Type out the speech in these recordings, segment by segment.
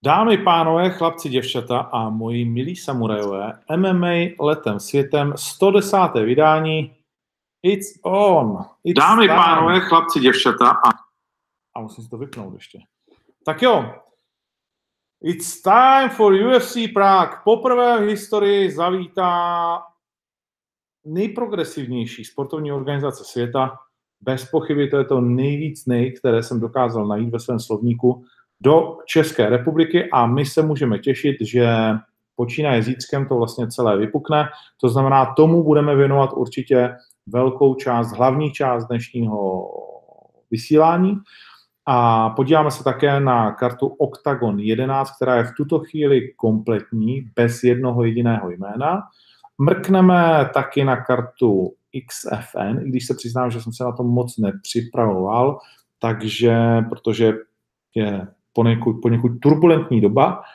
Dámy, pánové, chlapci, děvčata a moji milí samurajové, MMA letem světem, 110. vydání, it's on. It's Dámy, time. pánové, chlapci, děvčata a musím si to vypnout ještě. Tak jo, it's time for UFC Prague. Poprvé v historii zavítá nejprogresivnější sportovní organizace světa. Bez pochyby to je to nejvíc které jsem dokázal najít ve svém slovníku, do České republiky a my se můžeme těšit, že počínaje zítřkem to vlastně celé vypukne. To znamená, tomu budeme věnovat určitě velkou část, hlavní část dnešního vysílání. A podíváme se také na kartu Octagon 11, která je v tuto chvíli kompletní, bez jednoho jediného jména. Mrkneme taky na kartu XFN, i když se přiznám, že jsem se na to moc nepřipravoval, protože je poněkud turbulentní doba,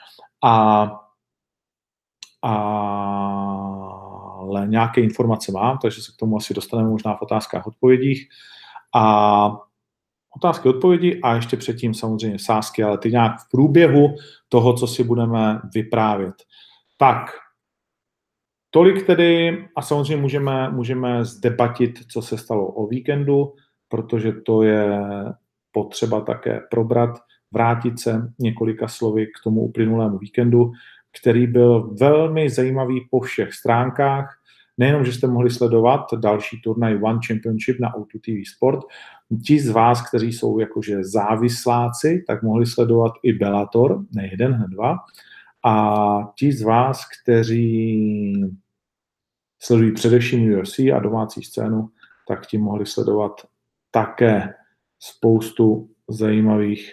ale nějaké informace mám, takže se k tomu asi dostaneme možná v otázkách a odpovědích. A otázky, odpovědi a ještě předtím samozřejmě sázky, ale ty nějak v průběhu toho, co si budeme vyprávět. Tak, tolik tedy a samozřejmě můžeme zdebatit, co se stalo o víkendu, protože to je potřeba také probrat, vrátit se několika slovy k tomu uplynulému víkendu, který byl velmi zajímavý po všech stránkách. Nejenom, že jste mohli sledovat další turnaj One Championship na O2 TV Sport, ti z vás, kteří jsou jakože závisláci, tak mohli sledovat i Bellator, ne jeden, hned dva, a ti z vás, kteří sledují především UFC a domácí scénu, tak ti mohli sledovat také spoustu zajímavých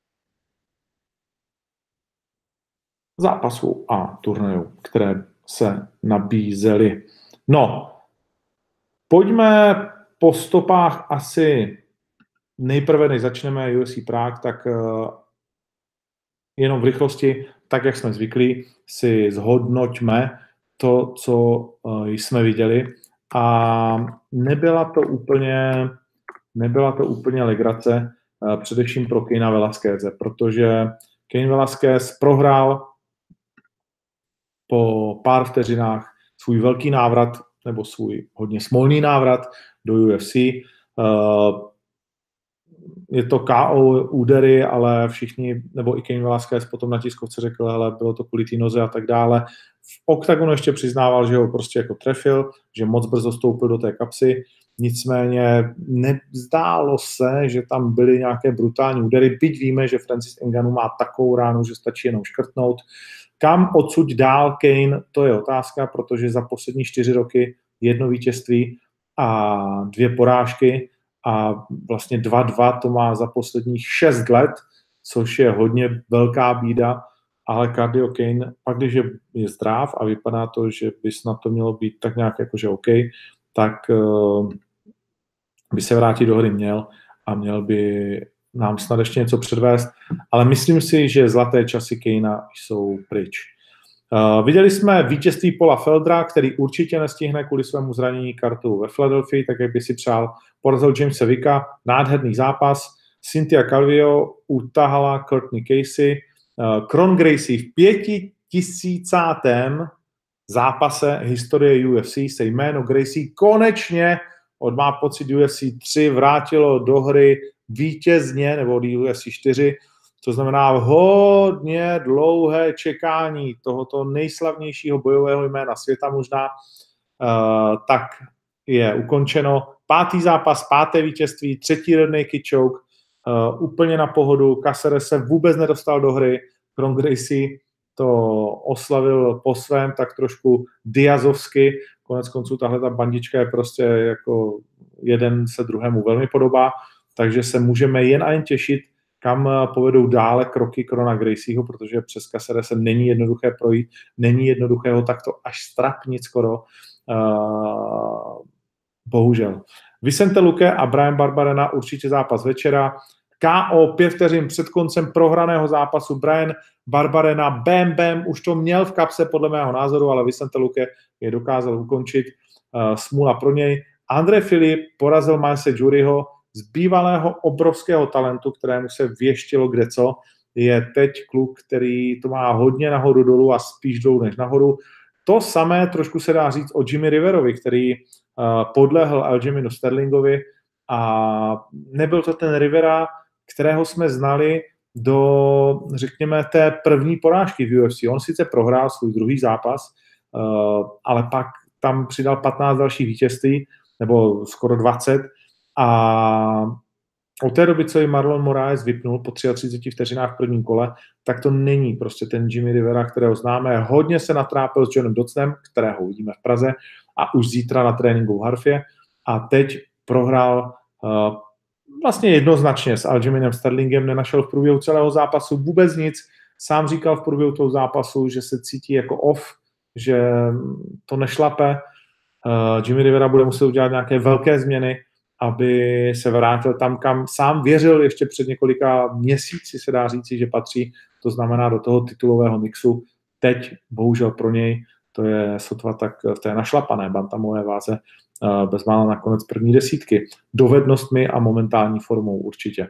zápasů a turnajů, které se nabízely. No, pojďme po stopách asi nejprve, než začneme UFC Prague, tak jenom v rychlosti, tak jak jsme zvyklí, si zhodnoťme to, co jsme viděli. A nebyla to úplně legrace, především pro Caina Velasqueze, protože Cain Velasquez prohrál po pár vteřinách svůj velký návrat, nebo svůj hodně smolný návrat do UFC. Je to KO údery, ale všichni, nebo i Cain Velasquez potom na tiskovce řekl, ale bylo to kvůli té noze a tak dále. V Octagonu ještě přiznával, že ho prostě jako trefil, že moc brzo stoupil do té kapsy, nicméně nezdálo se, že tam byly nějaké brutální údery, byť víme, že Francis Ngannou má takovou ránu, že stačí jenom škrtnout. Kam odsud dál Cain, to je otázka, protože za poslední 4 roky 1 vítězství a 2 porážky a vlastně 2-2 to má za posledních 6 let, což je hodně velká bída, ale Cardio Cain, pak když je zdrav a vypadá to, že by snad to mělo být tak nějak jakože OK, tak by se vrátit do hry měl a měl by nám snad ještě něco předvést, ale myslím si, že zlaté časy Caina jsou pryč. Viděli jsme vítězství Paula Feldera, který určitě nestihne kvůli svému zranění kartu ve Philadelphii, tak jak by si přál. Porazil Jamesa Vicka, nádherný zápas. Cynthia Calvillo utahala Courtney Casey. Kron Gracie v 5000. zápase historie UFC se jméno Gracie konečně od má pocit UFC 3 vrátilo do hry vítězně, nebo od UFC 4, to znamená hodně dlouhé čekání tohoto nejslavnějšího bojového jména světa možná, tak je ukončeno. 5. zápas, 5. vítězství, 3. rear naked choke, úplně na pohodu, Caceres se vůbec nedostal do hry, Kron Gracie to oslavil po svém tak trošku diazovsky, konec konců tahle ta bandička je prostě jako jeden se druhému velmi podobá, takže se můžeme jen a jen těšit, kam povedou dále kroky Krona Gracieho, protože přes Cacerese není jednoduché projít, není jednoduché ho takto až strapnit skoro, bohužel. Vicente Luque a Brian Barberena určitě zápas večera. KO 5 vteřin před koncem prohraného zápasu. Brian Barberena, bam, už to měl v kapse podle mého názoru, ale Vicente Luque je dokázal ukončit. Smůla pro něj. André Filip porazil Milese Juryho z bývalého obrovského talentu, kterému se věštilo kdeco, je teď kluk, který to má hodně nahoru dolů a spíš dolů než nahoru. To samé trošku se dá říct o Jimmy Riverovi, který podlehl Aljaminu Sterlingovi a nebyl to ten Rivera, kterého jsme znali do, řekněme, té první porážky v UFC. On sice prohrál svůj druhý zápas, ale pak tam přidal 15 dalších vítězství, nebo skoro 20. A od té doby, co ji Marlon Moraes vypnul po 33 vteřinách v prvním kole, tak to není prostě ten Jimmy Rivera, kterého známe. Hodně se natrápil s Johnem Dodsonem, kterého uvidíme v Praze, a už zítra na tréninku v Harfě. A teď prohrál vlastně jednoznačně s Aljaminem Sterlingem, nenašel v průběhu celého zápasu vůbec nic. Sám říkal v průběhu toho zápasu, že se cítí jako off, že to nešlape. Jimmy Rivera bude muset udělat nějaké velké změny, aby se vrátil tam, kam sám věřil ještě před několika měsíci, se dá říci, že patří, to znamená do toho titulového mixu. Teď, bohužel pro něj, to je sotva tak v té našlapané bantamové váze bezmála nakonec první desítky. Dovednostmi a momentální formou určitě.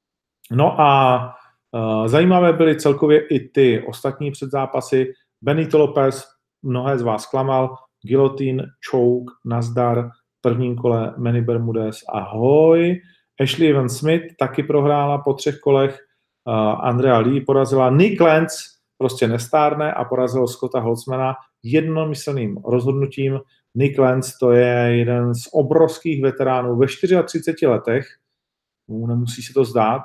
No a zajímavé byly celkově i ty ostatní předzápasy. Benito Lopez mnohé z vás zklamal, guillotine, choke, nazdar, v prvním kole Manny Bermudez, ahoj. Ashley Evans Smith taky prohrála po 3 kolech, Andrea Lee porazila, Nick Lentz prostě nestárne a porazil Scotta Holtzmana jednomyslným rozhodnutím. Nick Lentz to je jeden z obrovských veteránů ve 34 letech, nemusí se to zdát,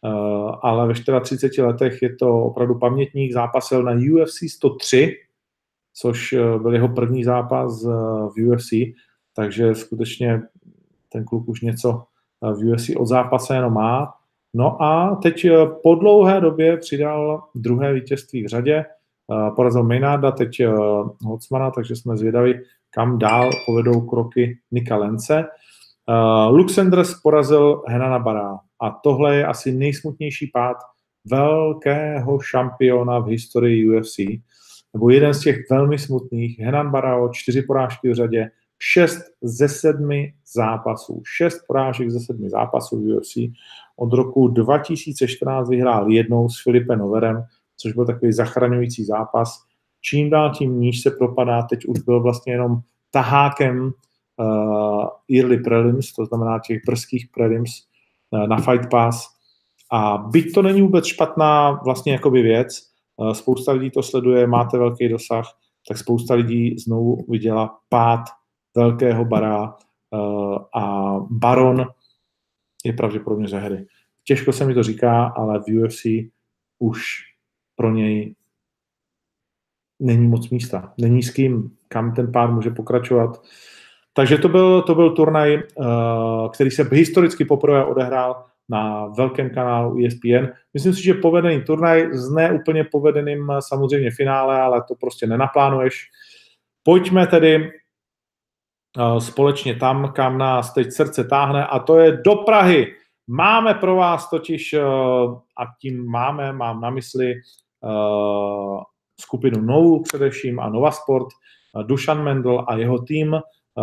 ale ve 34 letech je to opravdu pamětník, zápasil na UFC 103, což byl jeho první zápas v UFC, takže skutečně ten kluk už něco v UFC od zápase jenom má. No a teď po dlouhé době přidal druhé vítězství v řadě, porazil Maynarda, teď Holtzmana, takže jsme zvědaví, kam dál povedou kroky Nicka Lentze. Luke Sanders porazil Henana Barra a tohle je asi nejsmutnější pád velkého šampiona v historii UFC, nebo jeden z těch velmi smutných. Henan Barao, 4 porážky v řadě, 6 ze 7 zápasů. 6 porážek ze 7 zápasů v UFC. Od roku 2014 vyhrál jednou s Filipem Overem, což byl takový zachraňující zápas. Čím dál tím níž se propadá, teď už byl vlastně jenom tahákem early prelims, to znamená těch brzkých prelims na Fight Pass. A byť to není vůbec špatná vlastně jakoby věc, spousta lidí to sleduje, máte velký dosah, tak spousta lidí znovu viděla pád velkého Barra a Baron je pravděpodobně ze hry. Těžko se mi to říká, ale v UFC už pro něj není moc místa. Není s kým, kam ten pád může pokračovat. Takže to byl turnaj, který se historicky poprvé odehrál na velkém kanálu ESPN. Myslím si, že povedený turnaj s neúplně povedeným samozřejmě finále, ale to prostě nenaplánuješ. Pojďme tedy společně tam, kam nás teď srdce táhne, a to je do Prahy. Máme pro vás totiž, a tím mám na mysli skupinu Novu především a Nova Sport, Dušan Mendl a jeho tým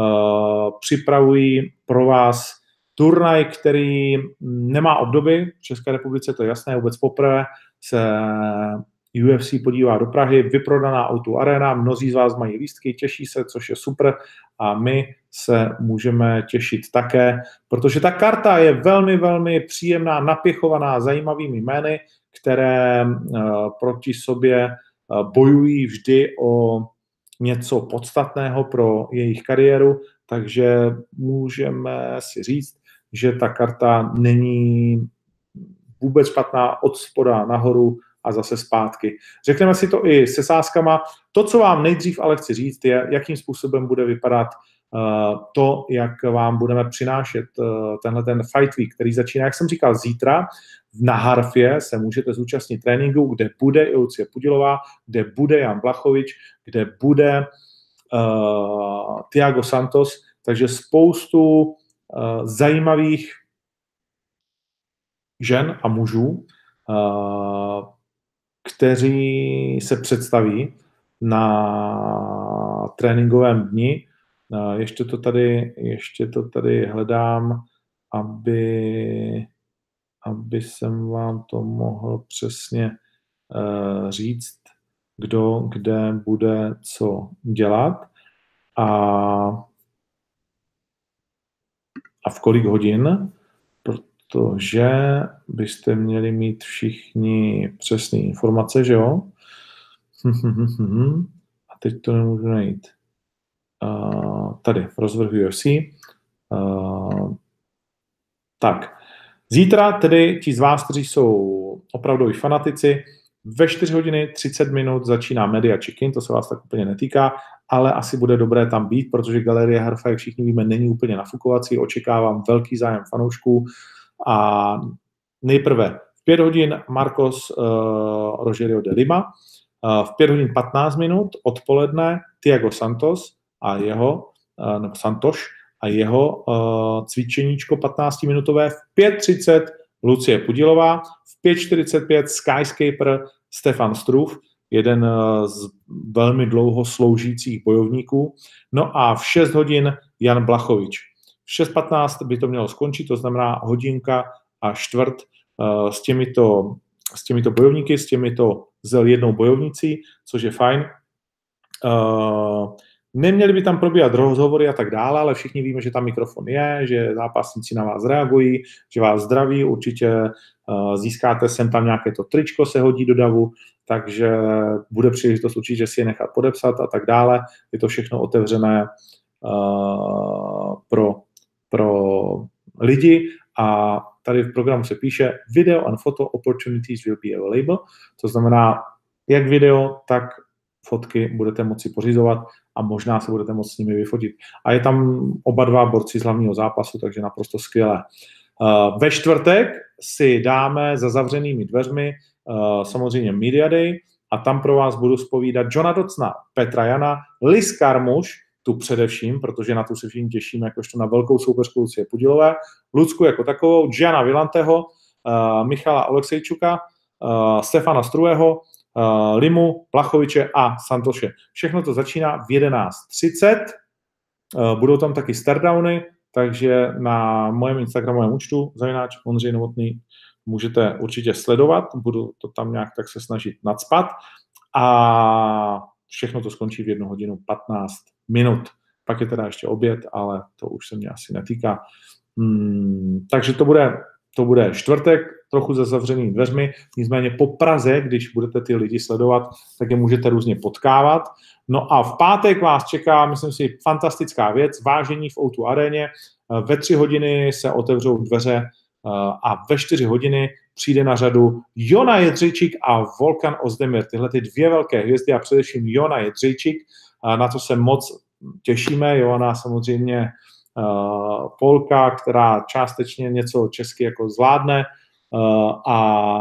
připravují pro vás turnaj, který nemá obdoby. V České republice to je jasné, vůbec poprvé se UFC podívá do Prahy, vyprodaná O2 Arena, mnozí z vás mají lístky, těší se, což je super, a my se můžeme těšit také, protože ta karta je velmi, velmi příjemná, napěchovaná zajímavými jmény, které proti sobě bojují vždy o něco podstatného pro jejich kariéru, takže můžeme si říct, že ta karta není vůbec špatná od spoda nahoru a zase zpátky. Řekneme si to i se sázkama. To, co vám nejdřív ale chci říct, je, jakým způsobem bude vypadat to, jak vám budeme přinášet tenhle ten Fight Week, který začíná, jak jsem říkal, zítra. Na Harfě se můžete zúčastnit tréninku, kde bude i Lucie Pudilová, kde bude Jan Blachowicz, kde bude Thiago Santos, takže spoustu zajímavých žen a mužů, kteří se představí na tréninkovém dni. Ještě to tady hledám, aby aby jsem vám to mohl přesně říct, kdo kde bude co dělat a v kolik hodin, protože byste měli mít všichni přesné informace, že jo? A teď to nemůžu najít. Tady, rozvrh UFC. Tak, zítra tedy ti z vás, kteří jsou opravdoví fanatici, ve 4 hodiny 30 minut začíná Media Check-in, to se vás tak úplně netýká, ale asi bude dobré tam být, protože Galerie Herfa, jak všichni víme, není úplně nafukovací, očekávám velký zájem fanoušků a nejprve v 5 hodin Marcos Rogerio de Lima, v 5 hodin 15 minut odpoledne Thiago Santos a jeho, nebo Santoš a jeho cvičeníčko 15-minutové, v 5:30 Lucie Pudilová, v 5:45 Skyscaper Stefan Struff, jeden z velmi dlouho sloužících bojovníků. No a v 6 hodin Jan Blachowicz. V 6:15 by to mělo skončit, to znamená hodinka a čtvrt s těmito bojovníky, s těmito jednou bojovnicí, což je fajn. Neměli by tam probíhat rozhovory a tak dále, ale všichni víme, že tam mikrofon je, že zápasníci na vás reagují, že vás zdraví, určitě získáte sem tam nějaké to tričko, se hodí do davu, takže bude příležitost určitě si je nechat podepsat a tak dále. Je to všechno otevřené pro lidi a tady v programu se píše video and photo opportunities will be available, to znamená jak video, tak fotky budete moci pořizovat a možná se budete moci s nimi vyfotit. A je tam oba dva borci z hlavního zápasu, takže naprosto skvělé. Ve čtvrtek si dáme za zavřenými dveřmi samozřejmě Media Day a tam pro vás budu zpovídat Johna Docna, Petra Jana, Liz Carmouche, tu především, protože na tu se všichni těšíme jakožto na velkou soupeřku Lucie Pudilové, Lucku jako takovou, Gianna Villanteho, Michala Oleksejčuka, Stefana Struého, Limu, Blachoviče a Santoše. Všechno to začíná v 11:30. Budou tam taky stardowny, takže na mojem Instagramovém účtu @ Ondřej Novotný můžete určitě sledovat. Budu to tam nějak tak se snažit nacpat. A všechno to skončí v 1 hodinu 15 minut. Pak je teda ještě oběd, ale to už se mě asi netýká. Takže to bude čtvrtek, trochu za zavřenými dveřmi, nicméně po Praze, když budete ty lidi sledovat, tak je můžete různě potkávat. No a v pátek vás čeká, myslím si, fantastická věc, vážení v O2 aréně. Ve 3 hodiny se otevřou dveře a ve 4 hodiny přijde na řadu Jona Jedřejčík a Volkan Ozdemir. Tyhle ty dvě velké hvězdy a především Jona Jedřejčík, na to se moc těšíme. Jona samozřejmě Polka, která částečně něco česky jako zvládne a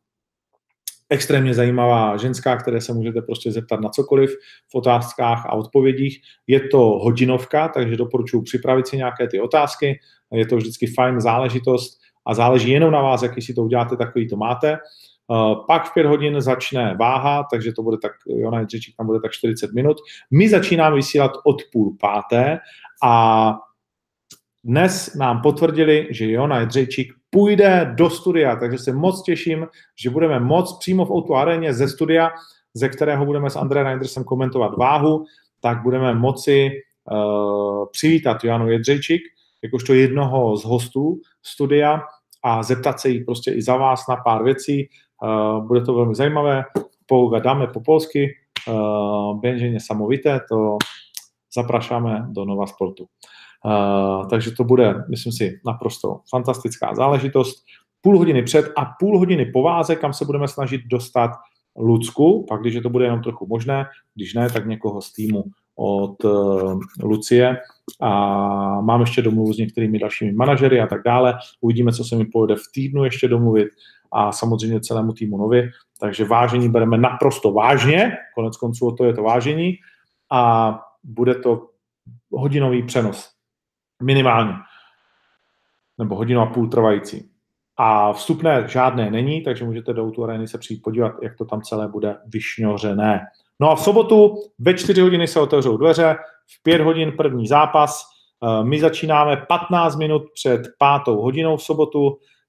extrémně zajímavá ženská, které se můžete prostě zeptat na cokoliv v otázkách a odpovědích. Je to hodinovka, takže doporučuji připravit si nějaké ty otázky. Je to vždycky fajn záležitost a záleží jenom na vás, jaký si to uděláte, takový to máte. Pak v 5 hodin začne váha, takže to bude tak, Jona Jedřejčík tam bude tak 40 minut. My začínáme vysílat od 4:30 a dnes nám potvrdili, že Jona Jedřejčík půjde do studia, takže se moc těším, že budeme moc přímo v O2 aréně ze studia, ze kterého budeme s Andrejem Reindersem komentovat váhu, tak budeme moci přivítat Jonu Jedřejčík, jakožto jednoho z hostů studia a zeptat se jí prostě i za vás na pár věcí. Bude to velmi zajímavé. Dáme po polsky, będzie niesamowite, to zapraszamy do Nova Sportu. Takže to bude, myslím si, naprosto fantastická záležitost. Půl hodiny před a půl hodiny po váze, kam se budeme snažit dostat Lucku, pak když to bude jenom trochu možné, když ne, tak někoho z týmu od Lucie. A mám ještě domluvu s některými dalšími manažery a tak dále. Uvidíme, co se mi povede v týdnu ještě domluvit a samozřejmě celému týmu Novy. Takže vážení bereme naprosto vážně, konec konců to je to vážení a bude to hodinový přenos. Minimálně. Nebo 1,5 hodiny trvající. A vstupné žádné není, takže můžete do O2 arény se přijít podívat, jak to tam celé bude vyšňořené. No a v sobotu ve 4 hodiny se otevřou dveře, v 5 hodin první zápas. My začínáme 15 minut před 5. hodinou v sobotu.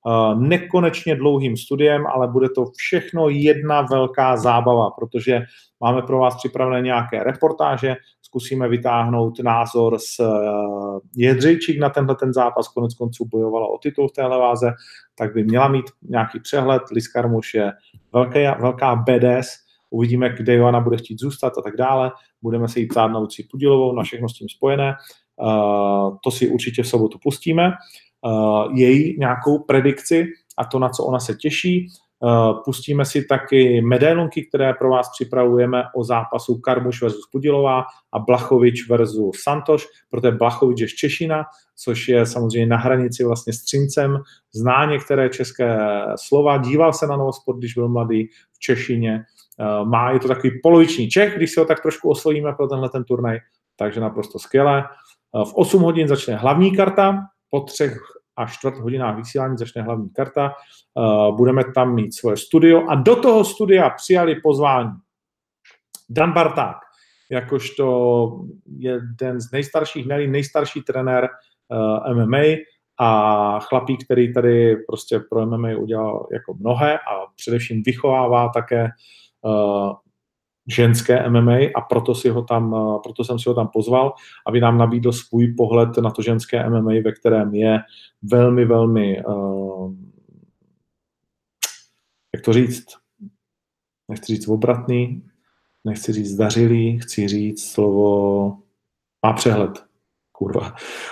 nekonečně dlouhým studiem, ale bude to všechno jedna velká zábava, protože máme pro vás připravené nějaké reportáže, zkusíme vytáhnout názor z Jedřejčík na tenhle ten zápas, konec konců bojovala o titul v téhle váze, tak by měla mít nějaký přehled. Liz Carmouche je velká BDS, uvidíme, kde Joanna bude chtít zůstat a tak dále. Budeme se jí ptát na Lucii Pudilovou, na všechno s tím spojené. To si určitě v sobotu pustíme. Její nějakou predikci a to, na co ona se těší. Pustíme si taky medailonky, které pro vás připravujeme o zápasu Carmouche versus Pudilová a Blachowicz versus Santoš, protože Blachowicz je z Češina, což je samozřejmě na hranici vlastně s Třincem, zná některé české slova, díval se na Novosport, když byl mladý v češtině, je to takový poloviční Čech, když si ho tak trošku osvojíme pro tenhle ten turnaj, takže naprosto skvělé. V 8 hodin začne hlavní karta, po 3 a 4 hodinách vysílání začne hlavní karta. Budeme tam mít svoje studio a do toho studia přijali pozvání Dan Barták, jakožto jeden z nejstarších, nejstarší trenér MMA a chlapík, který tady prostě pro MMA udělal jako mnohé a především vychovává také ženské MMA a proto jsem si ho tam pozval, aby nám nabídl svůj pohled na to ženské MMA, ve kterém je velmi, velmi, jak to říct, nechci říct obratný, nechci říct zdařilý, chci říct slovo, má přehled, kurva.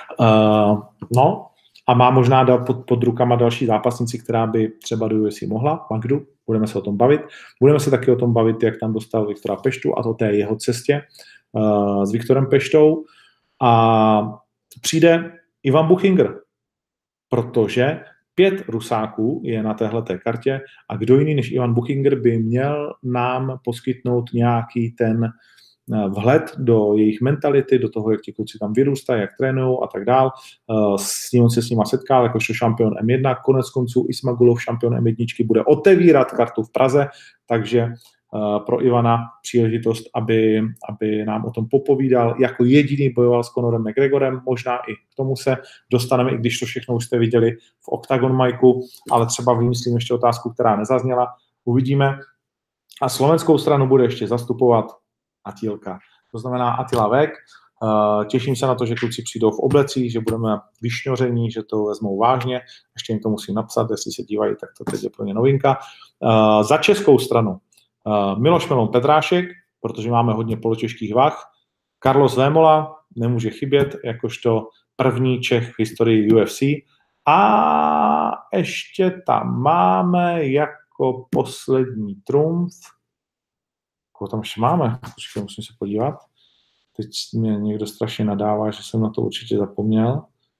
A má možná pod rukama další zápasnici, která by třeba do UFC mohla, Magdu, budeme se o tom bavit. Budeme se taky o tom bavit, jak tam dostal Viktora Peštu a to té jeho cestě s Viktorem Peštou. A přijde Ivan Buchinger, protože 5 Rusáků je na téhleté kartě a kdo jiný než Ivan Buchinger by měl nám poskytnout nějaký ten vhled do jejich mentality, do toho, jak ti kluci tam vyrůstají, jak trénují a tak dál. On se s nima setkal, jakožto šampion M1, konec konců Ismagulov, šampion M1, bude otevírat kartu v Praze, takže pro Ivana příležitost, aby nám o tom popovídal. Jako jediný bojoval s Conorem McGregorem, možná i k tomu se dostaneme, i když to všechno už jste viděli v Octagon Majku, ale třeba vymyslím ještě otázku, která nezazněla. Uvidíme. A slovenskou stranu bude ještě zastupovat Atilka. To znamená Attila Vek. Těším se na to, že kluci přijdou v oblecích, že budeme vyšňoření, že to vezmou vážně. Ještě jim to musím napsat, jestli se dívají, tak to teď je pro ně novinka. Za českou stranu Miloš Melon Petrášek, protože máme hodně poločeských vah. Carlos Vémola nemůže chybět, jakožto první Čech v historii UFC. A ještě tam máme jako poslední trumf. Koho tam ještě máme? Počkej, musím se podívat. Teď mě někdo strašně nadává, že jsem na to určitě zapomněl.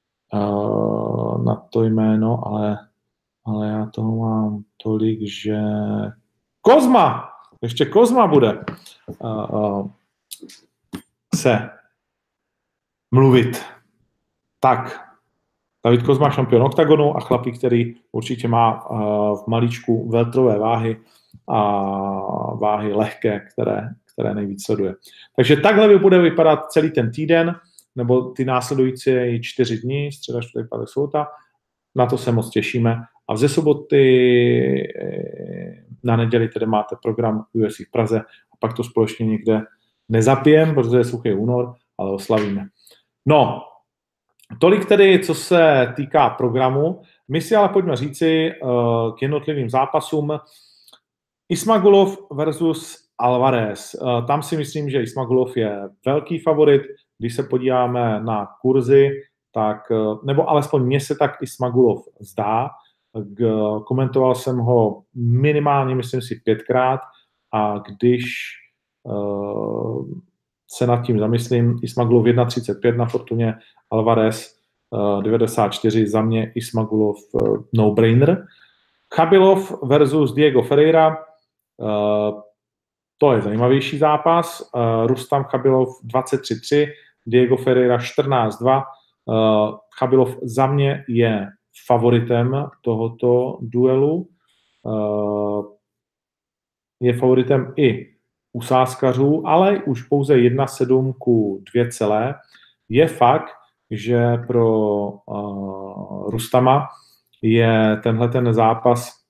Na to jméno, ale já toho mám tolik, že... Kozma! Ještě Kozma bude se mluvit. Tak, David Kozma, šampion Octagonu a chlapík, který určitě má v malíčku welterové váhy a váhy lehké, které nejvíc sleduje. Takže takhle bude vypadat celý ten týden, nebo ty následující 4 dny, středa, čtvrtek, pátek, sobota. Na to se moc těšíme. A ze soboty na neděli tedy máte program UFC v Praze a pak to společně někde nezapijem, protože je suchý únor, ale oslavíme. No, tolik tedy, co se týká programu. My si ale pojďme říci k jednotlivým zápasům. Ismagulov versus Alvarez. Tam si myslím, že Ismagulov je velký favorit. Když se podíváme na kurzy, tak, nebo alespoň mně se tak Ismagulov zdá. Komentoval jsem ho minimálně, myslím si, 5krát a když se nad tím zamyslím, Ismagulov 1,35 na Fortuně, Alvarez 94, za mě Ismagulov no-brainer. Khabilov versus Diego Ferreira, to je zajímavější zápas. Rustam Khabilov 23-3, Diego Ferreira 14-2. Khabilov za mě je favoritem tohoto duelu. Je favoritem i u sázkařů, ale už pouze 1,7 ku 2, Je fakt, že pro Rustama je tenhle ten zápas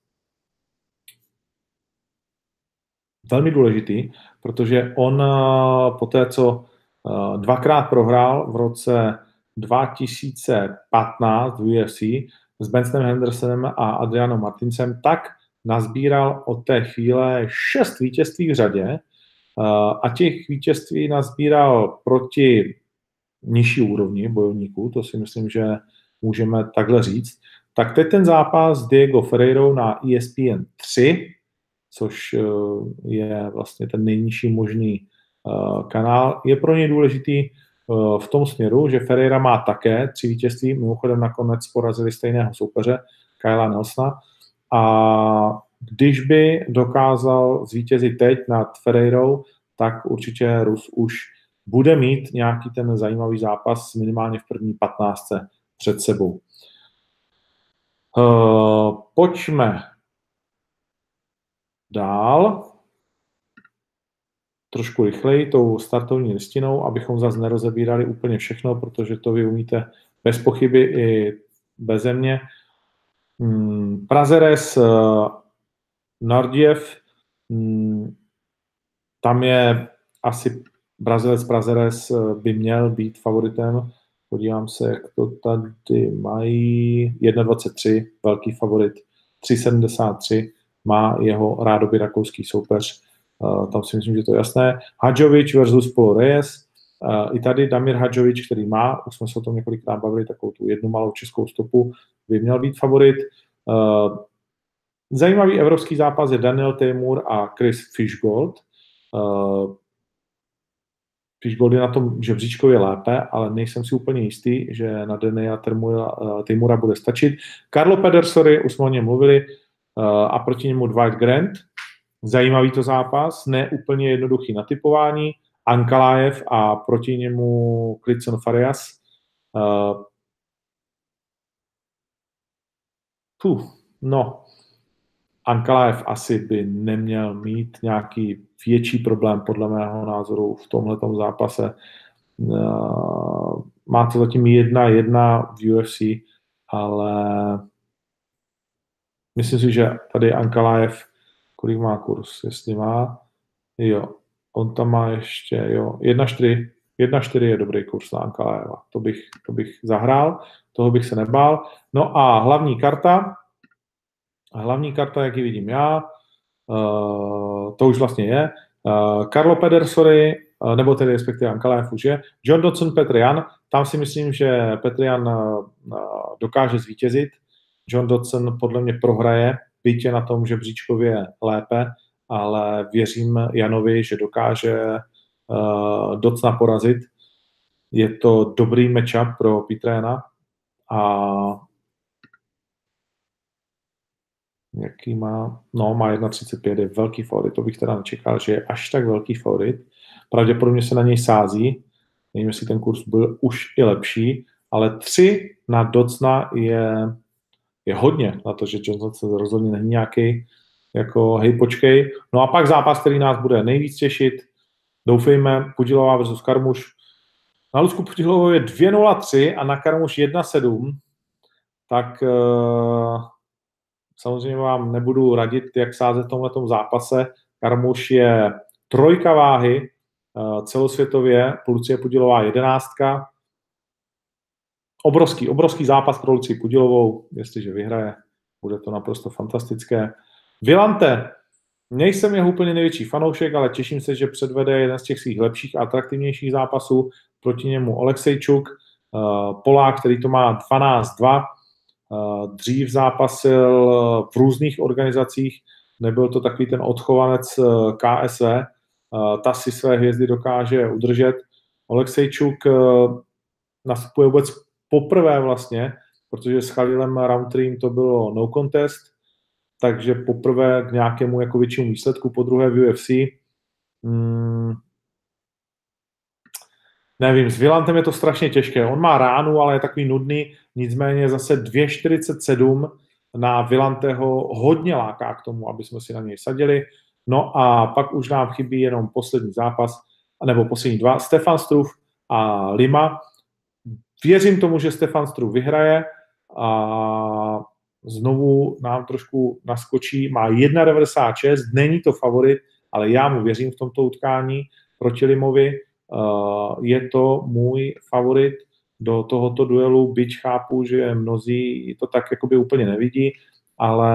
velmi důležitý, protože on po té, co dvakrát prohrál v roce 2015 v UFC s Bensonem Hendersonem a Adrianem Martinsem, tak nazbíral od té chvíle 6 vítězství v řadě a těch vítězství nazbíral proti nižší úrovni bojovníků, to si myslím, že můžeme takhle říct. Tak teď ten zápas s Diego Ferreirou na ESPN 3, což je vlastně ten nejnižší možný kanál, je pro něj důležitý v tom směru, že Ferreira má také 3 vítězství, mimochodem nakonec porazili stejného soupeře, Kyla Nelsona, a když by dokázal zvítězit teď nad Ferreirou, tak určitě Rus už bude mít nějaký ten zajímavý zápas minimálně v první 15 před sebou. Pojďme dál. Trošku rychleji tou startovní listinou, abychom zase nerozebírali úplně všechno, protože to vy umíte bez pochyby i beze mě. Prazeres, Nardiev, tam je asi Prazeres by měl být favoritem. Podívám se, jak to tady mají. 1,23, velký favorit. 3,73 má jeho rádoby rakouský soupeř. Tam si myslím, že to je jasné. Hadžovič versus Paul Reyes. I tady Damir Hadžovič, který má, už jsme se o tom několikrát bavili, takovou tu jednu malou českou stopu, by měl být favorit. Zajímavý evropský zápas je Daniel Teymur a Chris Fishgold. Fishgold je na tom žebříčkově lépe, ale nejsem si úplně jistý, že na Daniela Teymura bude stačit. Carlo Pedersoli, už jsme o něm mluvili, a proti němu Dwight Grant. Zajímavý to zápas, ne úplně jednoduchý na typování. Ankalaev a proti němu Klidson Farias. Ankalaev asi by neměl mít nějaký větší problém, podle mého názoru, v tomhletom zápase. Má to zatím 1-1 v UFC, ale myslím si, že tady Ankalaev, kolik má kurz, jestli má, jo, on tam má ještě, jo, 1,4 je dobrý kurz na Ankalaeva, to bych zahrál, toho bych se nebál. No a hlavní karta, jak ji vidím já, to už vlastně je, Carlo Pedersoli, nebo tedy respektive Ankalaev už je, John Dodson, Petr Yan, tam si myslím, že Petr Yan dokáže zvítězit, John Dodson podle mě prohraje, byť je na tom žebříčkově lépe, ale věřím Janovi, že dokáže Dodsona porazit. Je to dobrý matchup pro Petra Jana a jaký má? No, má 1,35, je velký favorit, to bych teda nečekal, že je až tak velký favorit. Pravděpodobně se na něj sází, nevím, jestli ten kurz byl už i lepší, ale 3 na Dodsona je hodně na to, že Johnson rozhodně není nějaký jako hej, počkej. No a pak zápas, který nás bude nejvíc těšit, doufejme, Pudilová versus Karmuš. Na Lucku Pudilovou je 2,03 a na Karmuš 1,7, tak samozřejmě vám nebudu radit, jak sázet v tomhletom zápase. Karmuš je 3 váhy celosvětově, Lucie Pudilová 11. Obrovský zápas pro Lucii Pudilovou, jestliže vyhraje, bude to naprosto fantastické. Villante, nejsem jeho úplně největší fanoušek, ale těším se, že předvede jeden z těch svých lepších a atraktivnějších zápasů. Proti němu Oleksejčuk, Polák, který to má 12-2. Dřív zápasil v různých organizacích, nebyl to takový ten odchovanec KSV, ta si své hvězdy dokáže udržet. Oleksejčuk nastupuje vůbec poprvé vlastně, protože s Khalilem Roundtreem to bylo no contest, takže poprvé k nějakému jako většímu výsledku, po druhé v UFC. Nevím, s Villantem je to strašně těžké. On má ránu, ale je takový nudný, nicméně zase 2,47 na Villanteho hodně láká k tomu, aby jsme si na něj sadili. No a pak už nám chybí jenom poslední zápas, nebo poslední 2, Stefan Struve a Lima. Věřím tomu, že Stefan Struve vyhraje a znovu nám trošku naskočí, má 1,96, není to favorit, ale já mu věřím v tomto utkání proti Limovi. Je to můj favorit do tohoto duelu, byť chápu, že mnozí to tak jakoby úplně nevidí, ale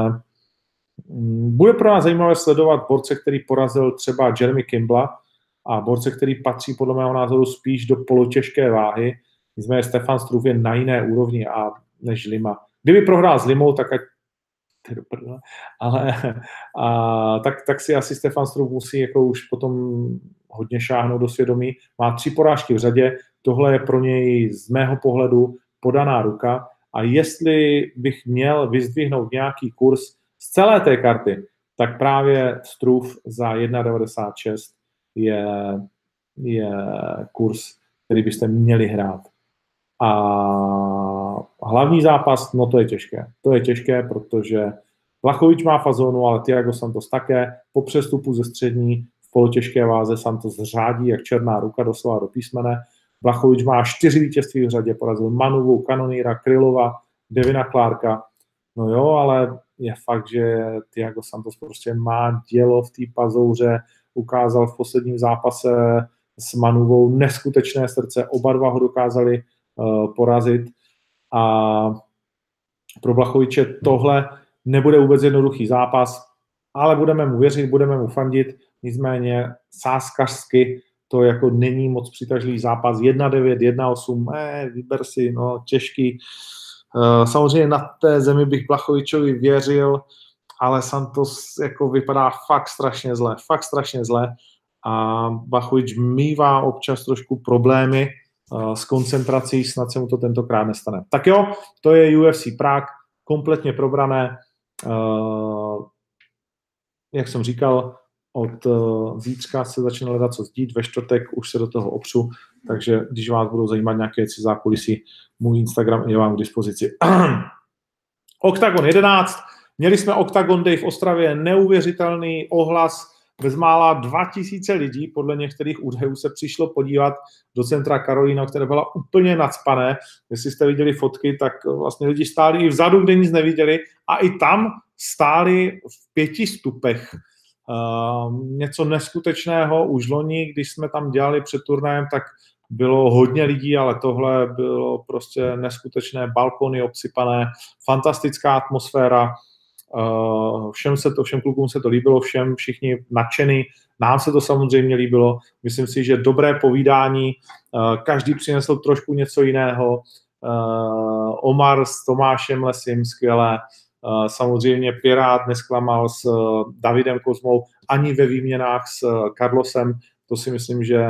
bude pro nás zajímavé sledovat borce, který porazil třeba Jeremy Kimbla a borce, který patří podle mého názoru spíš do polotěžké váhy. Nicméně Stefan Struff je na jiné úrovni než Lima. Kdyby prohrál s Limou, tak ať ale tak si asi Stefan Struff musí jako už potom hodně šáhnout do svědomí. Má 3 porážky v řadě, tohle je pro něj z mého pohledu podaná ruka a jestli bych měl vyzdvihnout nějaký kurz z celé té karty, tak právě Struff za 1,96 je kurz, který byste měli hrát. A hlavní zápas, no to je těžké. To je těžké, protože Blachowicz má fazónu, ale Thiago Santos také. Po přestupu ze střední v polotěžké váze Santos řádí jak černá ruka doslova do písmene. Blachowicz má 4 vítězství v řadě, porazil Manuvu, Kanonýra, Krylova, Devina Clarka. No jo, ale je fakt, že Thiago Santos prostě má dělo v té pazouře, ukázal v posledním zápase s Manuvou neskutečné srdce, oba dva ho dokázali porazit a pro Blachowicze tohle nebude vůbec jednoduchý zápas, ale budeme mu věřit, budeme mu fandit, nicméně sázkařsky to jako není moc přitažlivý zápas, 1,9, 1,8, vyber si, no těžký. Samozřejmě na té zemi bych Blachowiczovi věřil, ale Santos jako vypadá fakt strašně zle a Blachowicz mívá občas trošku problémy s koncentrací, snad se mu to tentokrát nestane. Tak jo, to je UFC Prague, kompletně probrané. Jak jsem říkal, od zítřka se začne hledat co dít, ve čtvrtek už se do toho opřu, takže když vás budou zajímat nějaké věci zákulisí, můj Instagram je vám k dispozici. Octagon 11, měli jsme Octagon Day v Ostravě, neuvěřitelný ohlas, bezmála 2000 lidí, podle některých údajů se přišlo podívat do centra Karolina, které byla úplně nacpané. Jestli jste viděli fotky, tak vlastně lidi stáli i vzadu, kde nic neviděli a i tam stáli v 5 stupech. Něco neskutečného. Už loni, když jsme tam dělali před turnajem, tak bylo hodně lidí, ale tohle bylo prostě neskutečné, balkony obsypané, fantastická atmosféra. Všem klukům se to líbilo, všichni nadšený, nám se to samozřejmě líbilo, myslím si, že dobré povídání, každý přinesl trošku něco jiného, Omar s Tomášem Lesim, skvělé, samozřejmě Pirát nesklamal s Davidem Kozmou, ani ve výměnách s Carlosem, to si myslím, že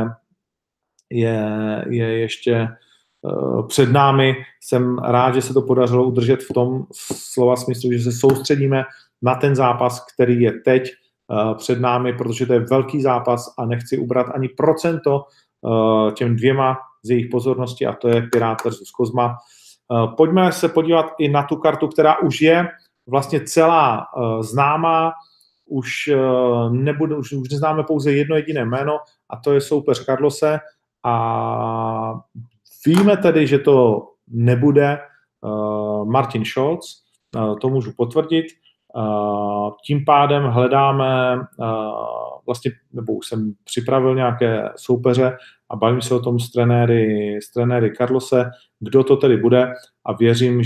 je ještě před námi. Jsem rád, že se to podařilo udržet v tom slova smyslu, že se soustředíme na ten zápas, který je teď před námi, protože to je velký zápas a nechci ubrat ani procento těm 2 z jejich pozornosti a to je Pirát versus Kozma. Pojďme se podívat i na tu kartu, která už je vlastně celá známá, už neznáme pouze jedno jediné jméno a to je soupeř Carlose a víme tedy, že to nebude Martin Scholz, to můžu potvrdit. Tím pádem hledáme vlastně, nebo už jsem připravil nějaké soupeře a bavím se o tom s trenéry Carlose, kdo to tedy bude a věřím,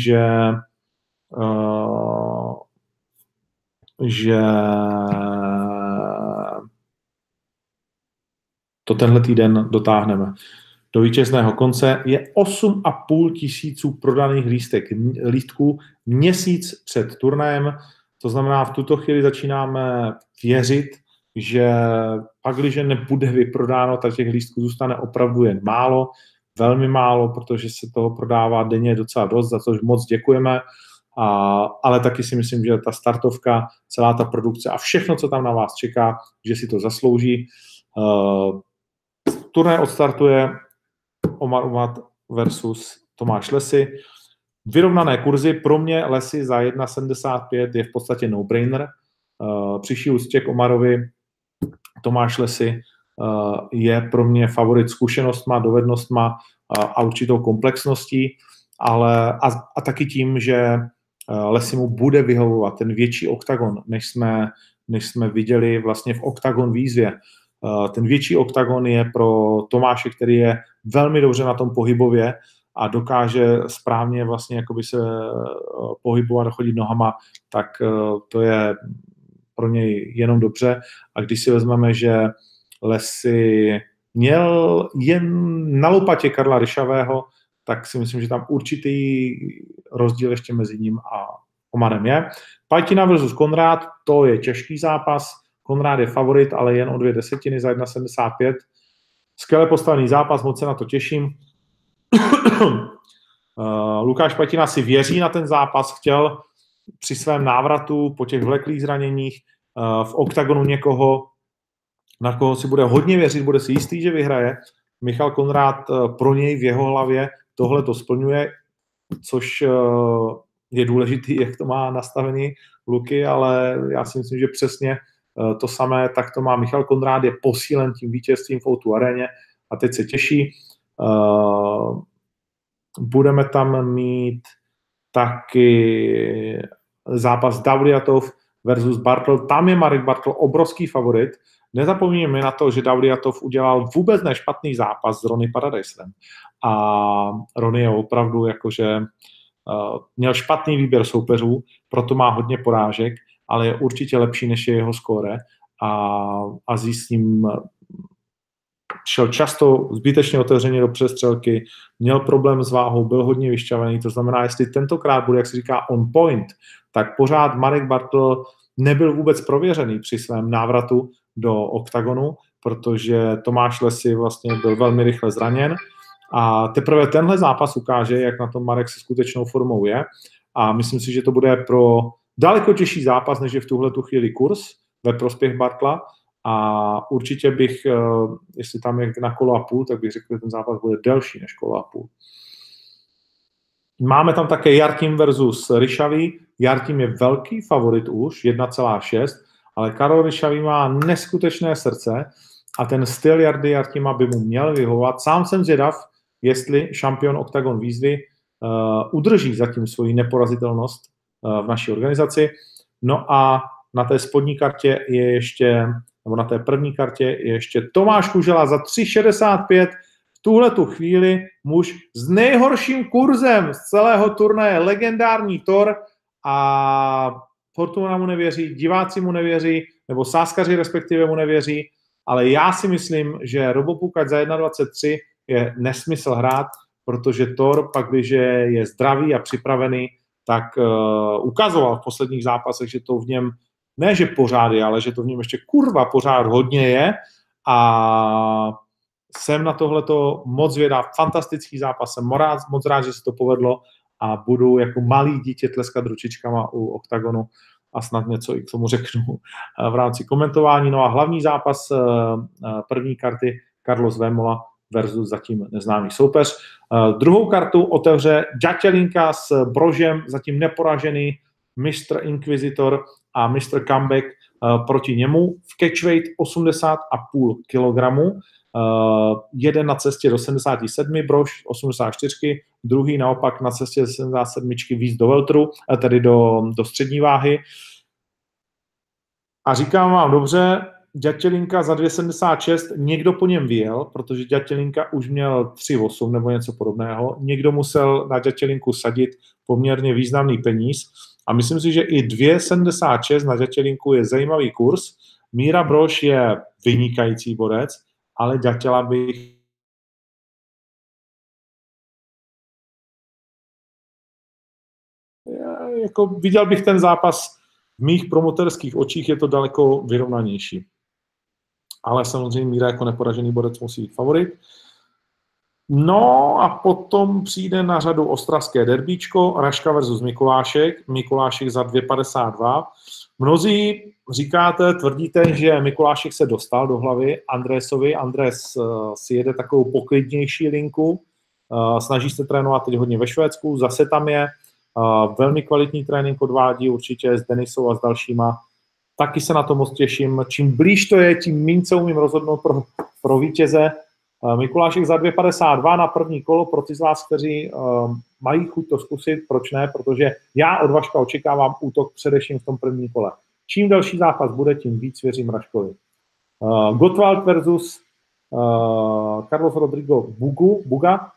že to tenhle týden dotáhneme. Do vítězného konce je 8,5 tisíců prodaných lístků měsíc před turnajem. To znamená, v tuto chvíli začínáme věřit, že pakliže nebude vyprodáno, tak těch lístků zůstane opravdu jen málo, velmi málo, protože se toho prodává denně docela dost, za což moc děkujeme. Ale taky si myslím, že ta startovka, celá ta produkce a všechno, co tam na vás čeká, že si to zaslouží. Turnaj odstartuje Omar Umat versus Tomáš Lesy. Vyrovnané kurzy, pro mě Lesy za 1,75 je v podstatě no-brainer. Přišli úctě k Omarovi, Tomáš Lesy je pro mě favorit zkušenostma, dovednostma a určitou komplexností, ale a taky tím, že Lesimu bude vyhovovat ten větší oktagon, než jsme viděli vlastně v oktagon výzvě. Ten větší oktagon je pro Tomáše, který je velmi dobře na tom pohybově a dokáže správně vlastně jakoby se pohybovat a chodit nohama, tak to je pro něj jenom dobře. A když si vezmeme, že Lesi měl jen na lopatě Karla Ryšavého, tak si myslím, že tam určitý rozdíl ještě mezi ním a Omarem je. Pajtina versus Konrád, to je těžký zápas. Konrád je favorit, ale jen o 0,2 za 1,75. Skvěle postavený zápas, moc se na to těším. Lukáš Pajtina si věří na ten zápas, chtěl při svém návratu po těch vleklých zraněních v oktagonu někoho, na koho si bude hodně věřit, bude si jistý, že vyhraje. Michal Konrád pro něj v jeho hlavě tohle to splňuje, což je důležitý, jak to má nastavený Luky, ale já si myslím, že přesně to samé, tak to má Michal Konrád, je posílen tím vítězstvím v O2 aréně a teď se těší. Budeme tam mít taky zápas Davliatov versus Bartl. Tam je Marek Bartl obrovský favorit. Nezapomínáme na to, že Davliatov udělal vůbec nešpatný zápas s Ronnie Paradisem. A Ronnie je opravdu jakože měl špatný výběr soupeřů, proto má hodně porážek, ale je určitě lepší, než je jeho skóre. A s ním šel často zbytečně otevřeně do přestřelky, měl problém s váhou, byl hodně vyšťavený, to znamená, jestli tentokrát bude, jak se říká, on point, tak pořád Marek Bartl nebyl vůbec prověřený při svém návratu do oktagonu, protože Tomáš Lesi vlastně byl velmi rychle zraněn a teprve tenhle zápas ukáže, jak na tom Marek se skutečnou formou je a myslím si, že to bude pro daleko těžší zápas, než je v tuhletu chvíli kurz ve prospěch Bartla. A určitě bych, jestli tam je na kolo a půl, tak bych řekl, že ten zápas bude delší než kolo a půl. Máme tam také Jartim versus Ryšavý. Jartim je velký favorit už, 1,6, ale Karol Ryšavý má neskutečné srdce a ten styl Jardy Jartima by mu měl vyhovovat. Sám jsem zvědav, jestli šampion Oktagon výzvy udrží zatím svoji neporazitelnost v naší organizaci. No a na té spodní kartě je ještě, nebo na té první kartě je ještě Tomáš Kužela za 3,65. V tuhletu chvíli muž s nejhorším kurzem z celého turnaje, legendární Thor, a Fortuna mu nevěří, diváci mu nevěří, nebo sázkaři respektive mu nevěří, ale já si myslím, že Robopukač za 1,23 je nesmysl hrát, protože Thor pak, když je zdravý a připravený, tak ukazoval v posledních zápasech, že to v něm ne, že pořád je, ale že to v něm ještě kurva pořád hodně je a jsem na tohleto moc zvědav. Fantastický zápas, jsem moc rád, že se to povedlo a budu jako malý dítě tleskat ručičkama u oktagonu a snad něco i k tomu řeknu v rámci komentování. No a hlavní zápas první karty Carlos Vémola versus zatím neznámý soupeř. Druhou kartu otevře Ďatelinka s Brožem, zatím neporažený Mr. Inquisitor a Mr. Comeback proti němu v catchweight 80,5 kg. Jeden na cestě do 77, Brož 84, druhý naopak na cestě do 77 víc do welteru, tedy do střední váhy. A říkám vám dobře, Ďatelinka za 2,76, někdo po něm vyjel, protože Ďatelinka už měl 3,8 nebo něco podobného. Někdo musel na Ďatelinku sadit poměrně významný peníz a myslím si, že i 2,76 na Ďatelinku je zajímavý kurz. Míra Brož je vynikající borec, ale Ďatela bych jako viděl bych ten zápas v mých promoterských očích, je to daleko vyrovnanější. Ale samozřejmě Míra jako neporažený borec musí být favorit. No a potom přijde na řadu ostravské derbíčko, Raška versus Mikulášek. Mikulášek za 2,52. Mnozí říkáte, tvrdíte, že Mikulášek se dostal do hlavy Andrésovi. Andrés si jede takovou poklidnější linku, snaží se trénovat teď hodně ve Švédsku, zase tam je, velmi kvalitní trénink odvádí určitě s Denisou a s dalšíma. Taky se na to moc těším. Čím blíž to je, tím méně se umím rozhodnout pro vítěze. Mikulášek za 2,52 na první kolo pro ty z vás, kteří mají chuť to zkusit, proč ne, protože já od Vaška očekávám útok především v tom prvním kole. Čím delší zápas bude, tím víc věřím Raškovi. Gottwald versus Carlos Rodrigo Buga.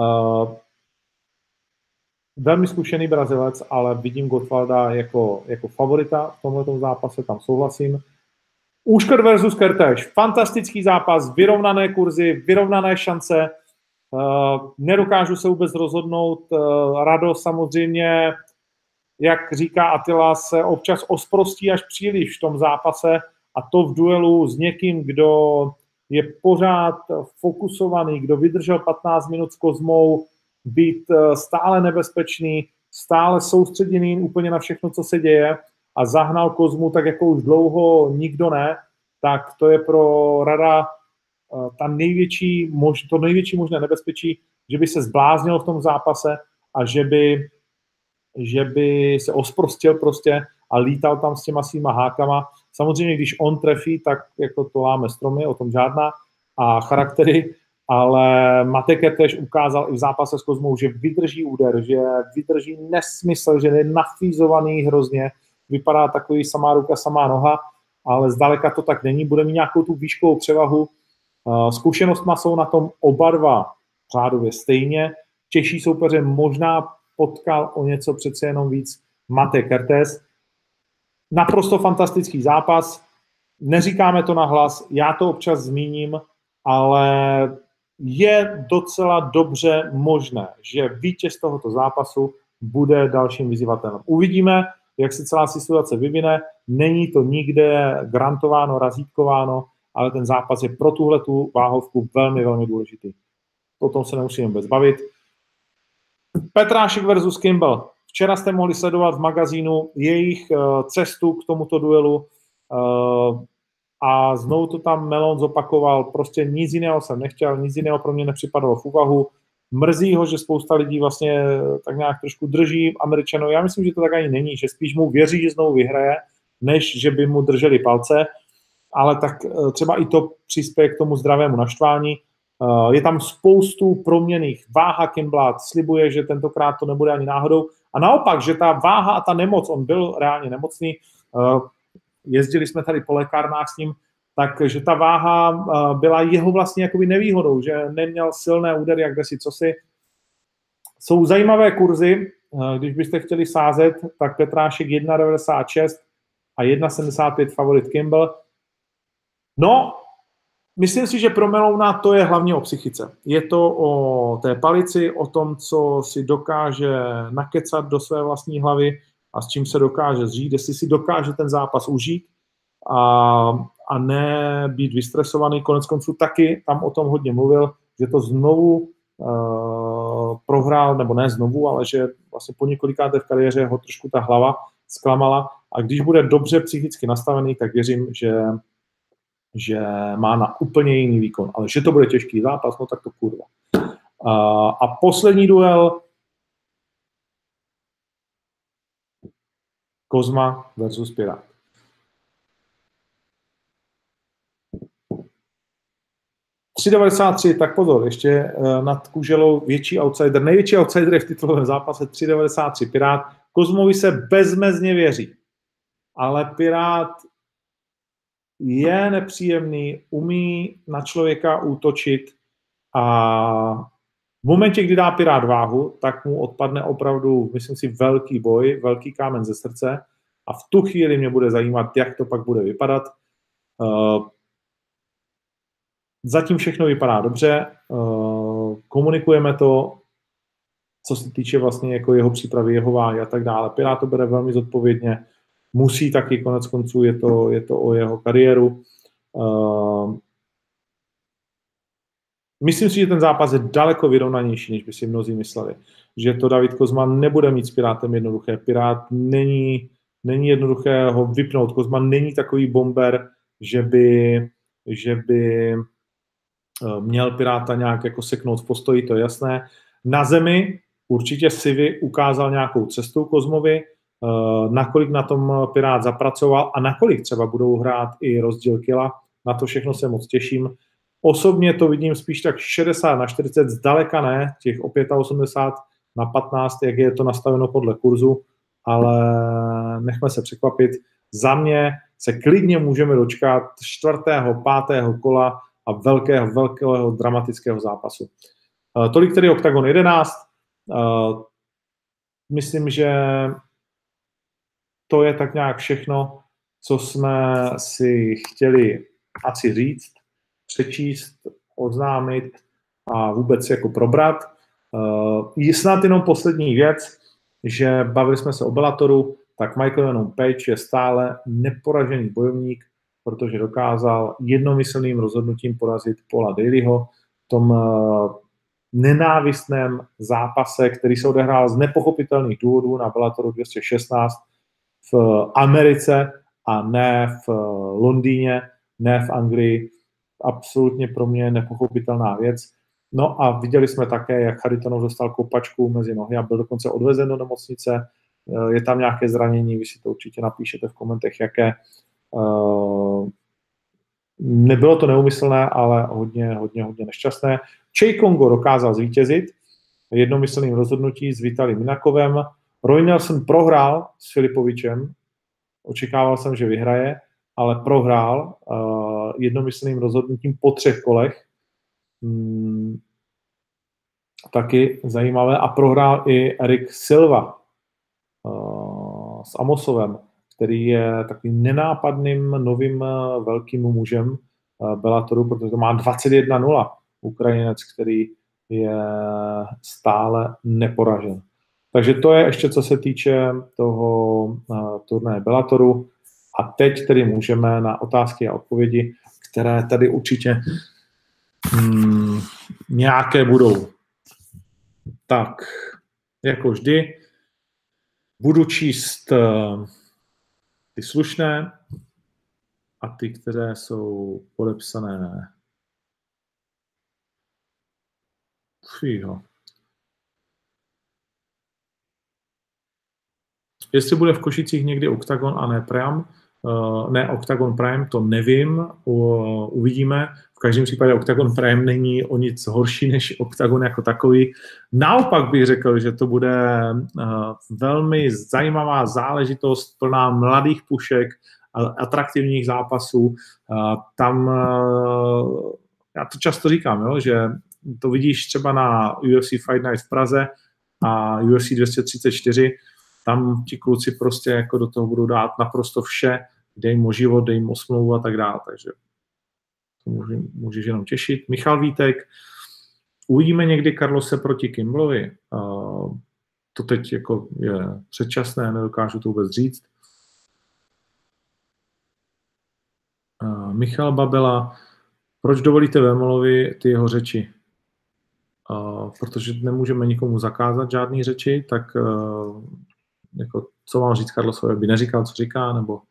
Velmi zkušený Brazilec, ale vidím Gottwalda jako favorita v tomto zápase, tam souhlasím. Uškrt versus Kertéš. Fantastický zápas, vyrovnané kurzy, vyrovnané šance. Nedokážu se vůbec rozhodnout. Rado samozřejmě, jak říká Attila, se občas osprostí až příliš v tom zápase a to v duelu s někým, kdo je pořád fokusovaný, kdo vydržel 15 minut s Kozmou, být stále nebezpečný, stále soustředěný úplně na všechno, co se děje a zahnal Kozmu tak jako už dlouho nikdo ne, tak to je pro Rada to největší možné nebezpečí, že by se zbláznil v tom zápase a že by se osprostil prostě a lítal tam s těma svýma hákama. Samozřejmě, když on trefí, tak jako to láme stromy, o tom žádná, a charaktery, ale Matej Kertéš ukázal i v zápase s Kozmou, že vydrží úder, že vydrží nesmysl, že je nafízovaný hrozně, vypadá takový samá ruka, samá noha, ale zdaleka to tak není, bude mít nějakou tu výškovou převahu. Zkušenostma jsou na tom oba dva řádově stejně. Těžší soupeře možná potkal o něco přece jenom víc Matej Kertéš. Naprosto fantastický zápas. Neříkáme to nahlas, já to občas zmíním, ale je docela dobře možné, že vítěz tohoto zápasu bude dalším vyzývatelem. Uvidíme, jak se celá situace vyvine. Není to nikde grantováno, razítkováno, ale ten zápas je pro tuhletu váhovku velmi, velmi důležitý. O tom se nemusíme vůbec bavit. Petrášek versus Kimball. Včera jste mohli sledovat v magazínu jejich cestu k tomuto duelu a znovu to tam Melon zopakoval. Prostě nic jiného jsem nechtěl, nic jiného pro mě nepřipadalo v úvahu. Mrzí ho, že spousta lidí vlastně tak nějak trošku drží Američanů. Já myslím, že to tak ani není, že spíš mu věří, že znovu vyhraje, než že by mu drželi palce, ale tak třeba i to přispěje k tomu zdravému naštvání. Je tam spoustu proměnných. Váha Kimballa slibuje, že tentokrát to nebude ani náhodou. A naopak, že ta váha a ta nemoc, on byl reálně nemocný, jezdili jsme tady po lékárnách s ním, takže ta váha byla jeho vlastně jakoby nevýhodou, že neměl silné údery, jak desi cosi. Jsou zajímavé kurzy, když byste chtěli sázet, tak Petrášek 1,96 a 1,75 favorit Kimball. No, myslím si, že pro Melouna to je hlavně o psychice. Je to o té palici, o tom, co si dokáže nakecat do své vlastní hlavy a s čím se dokáže zžít, jestli si dokáže ten zápas užít a ne být vystresovaný. Konec konců taky tam o tom hodně mluvil, že to znovu prohrál, nebo ne znovu, ale že vlastně po několikáté v kariéře ho trošku ta hlava zklamala a když bude dobře psychicky nastavený, tak věřím, že má na úplně jiný výkon. Ale že to bude těžký zápas, no tak to kurva. A poslední duel Kozma versus Pirát. $3,93, tak pozor, ještě nad Kuželou větší outsider. Největší outsider je v titulovém zápase $3,93 Pirát. Kozmovi se bezmezně věří, ale Pirát je nepříjemný, umí na člověka útočit a v momentě, kdy dá Pirát váhu, tak mu odpadne opravdu, myslím si, velký boj, velký kámen ze srdce a v tu chvíli mě bude zajímat, jak to pak bude vypadat. Zatím všechno vypadá dobře, komunikujeme to, co se týče vlastně jako jeho přípravy, jeho váhy a tak dále. Pirát to bere velmi zodpovědně, musí taky, konec konců je to o jeho kariéru. Myslím si, že ten zápas je daleko vyrovnanější, než by si mnozí mysleli. Že to David Kozma nebude mít s Pirátem jednoduché. Pirát není jednoduché ho vypnout. Kozma není takový bomber, že by měl Piráta nějak jako seknout v postoji, to je jasné. Na zemi určitě Sivy ukázal nějakou cestu Kozmovi, nakolik na tom Pirát zapracoval a nakolik třeba budou hrát i rozdíl kila. Na to všechno se moc těším. Osobně to vidím spíš tak 60/40, zdaleka ne, těch o 85 na 15, jak je to nastaveno podle kurzu, ale nechme se překvapit. Za mě se klidně můžeme dočkat 4., 5. kola a velkého dramatického zápasu. Tolik tedy Octagon 11. Myslím, že to je tak nějak všechno, co jsme si chtěli asi říct, přečíst, oznámit a vůbec jako probrat. Snad jenom poslední věc, že bavili jsme se o Bellatoru, tak Michael Venom Page je stále neporažený bojovník, protože dokázal jednomyslným rozhodnutím porazit Paula Dalyho v tom nenávistném zápase, který se odehrál z nepochopitelných důvodů na Bellatoru 216 v Americe a ne v Londýně, ne v Anglii. Absolutně pro mě nepochopitelná věc. No a viděli jsme také, jak Charitonov dostal kopačku mezi nohy a byl dokonce odvezen do nemocnice. Je tam nějaké zranění, vy si to určitě napíšete v komentech, jaké. Nebylo to neumyslné, ale hodně nešťastné. Chey Kongo dokázal zvítězit jednomyslným rozhodnutí s Vitalim Minakovem. Roy Nelson prohrál s Filipovičem. Očekával jsem, že vyhraje, ale prohrál jednomyslným rozhodnutím po 3 kolech. Taky zajímavé. A prohrál i Eric Silva s Amosovem, který je takovým nenápadným novým velkým mužem Bellatoru, protože to má 21-0. Ukrajinec, který je stále neporažen. Takže to je ještě, co se týče toho turnaje Bellatoru. A teď tedy můžeme na otázky a odpovědi, které tady určitě nějaké budou. Tak, jako vždy, budu číst ty slušné a ty, které jsou podepsané. Fího. Jestli bude v Košicích někdy Octagon a ne Prime, ne Octagon Prime, to nevím, uvidíme. V každém případě Octagon Prime není o nic horší než Octagon jako takový. Naopak bych řekl, že to bude velmi zajímavá záležitost, plná mladých pušek, atraktivních zápasů. Tam, já to často říkám, jo, že to vidíš třeba na UFC Fight Night v Praze a UFC 234, tam ti kluci prostě jako do toho budou dát naprosto vše, dej jim o život, dej jim o smlouvu a tak dále, takže to můžeš jenom těšit. Michal Vítek, uvidíme někdy Carlose proti Kimblovi, to teď jako je předčasné, nedokážu to vůbec říct. Michal Babela, proč dovolíte Vermolovi ty jeho řeči? Protože nemůžeme nikomu zakázat žádný řeči, tak jako, co mám říct Carlosovi, aby neříkal, co říká, nebo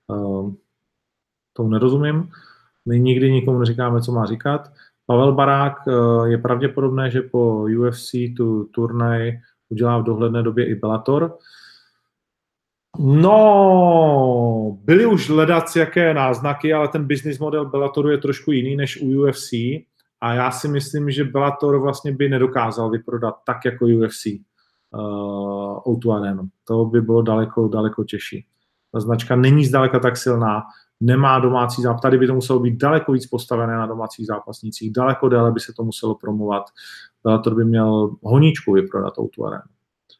tomu nerozumím. My nikdy nikomu neříkáme, co má říkat. Pavel Barák, je pravděpodobné, že po UFC tu turnaj udělá v dohledné době i Bellator. No, byly už hledací jaké náznaky, ale ten business model Bellatoru je trošku jiný než u UFC a já si myslím, že Bellator vlastně by nedokázal vyprodat tak jako UFC O2 Arena. To by bylo daleko těžší. Ta značka není zdaleka tak silná, nemá domácí zápas. Tady by to muselo být daleko víc postavené na domácích zápasnících, daleko déle by se to muselo promovat. Bellator by měl honičku vyprodat O2 Arena.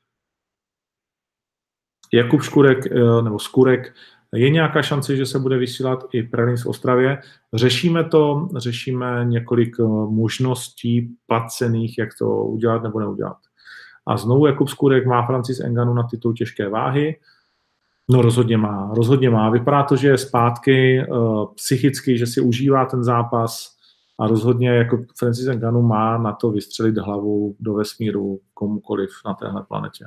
Jakub Škurek, nebo Skurek, je nějaká šance, že se bude vysílat i prelims v Ostravě? Řešíme několik možností placených, jak to udělat nebo neudělat. A znovu Jakub Skurek, má Francis Ngannou na titul těžké váhy? No rozhodně má. Vypadá to, že je zpátky psychicky, že si užívá ten zápas a rozhodně jako Francis Ngannou má na to vystřelit hlavu do vesmíru komukoliv na téhle planetě.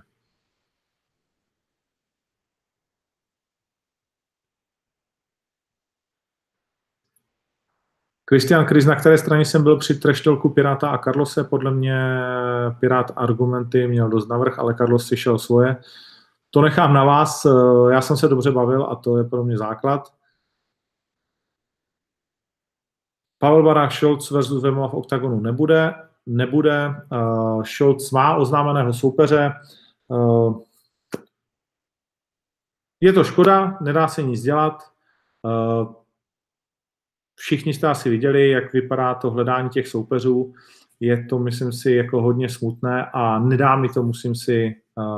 Kristian Kryz, na které straně jsem byl při trešťolku Piráta a Carlose? Podle mě Pirát argumenty měl dost navrch, ale Carlos si šel svoje. To nechám na vás, já jsem se dobře bavil a to je pro mě základ. Pavel Barák, Scholz versus Vemova v Octagonu nebude. nebude. Scholz má oznámeného soupeře. Je to škoda, nedá se nic dělat. Všichni jste asi viděli, jak vypadá to hledání těch soupeřů. Je to, myslím si, jako hodně smutné a nedá mi to, musím si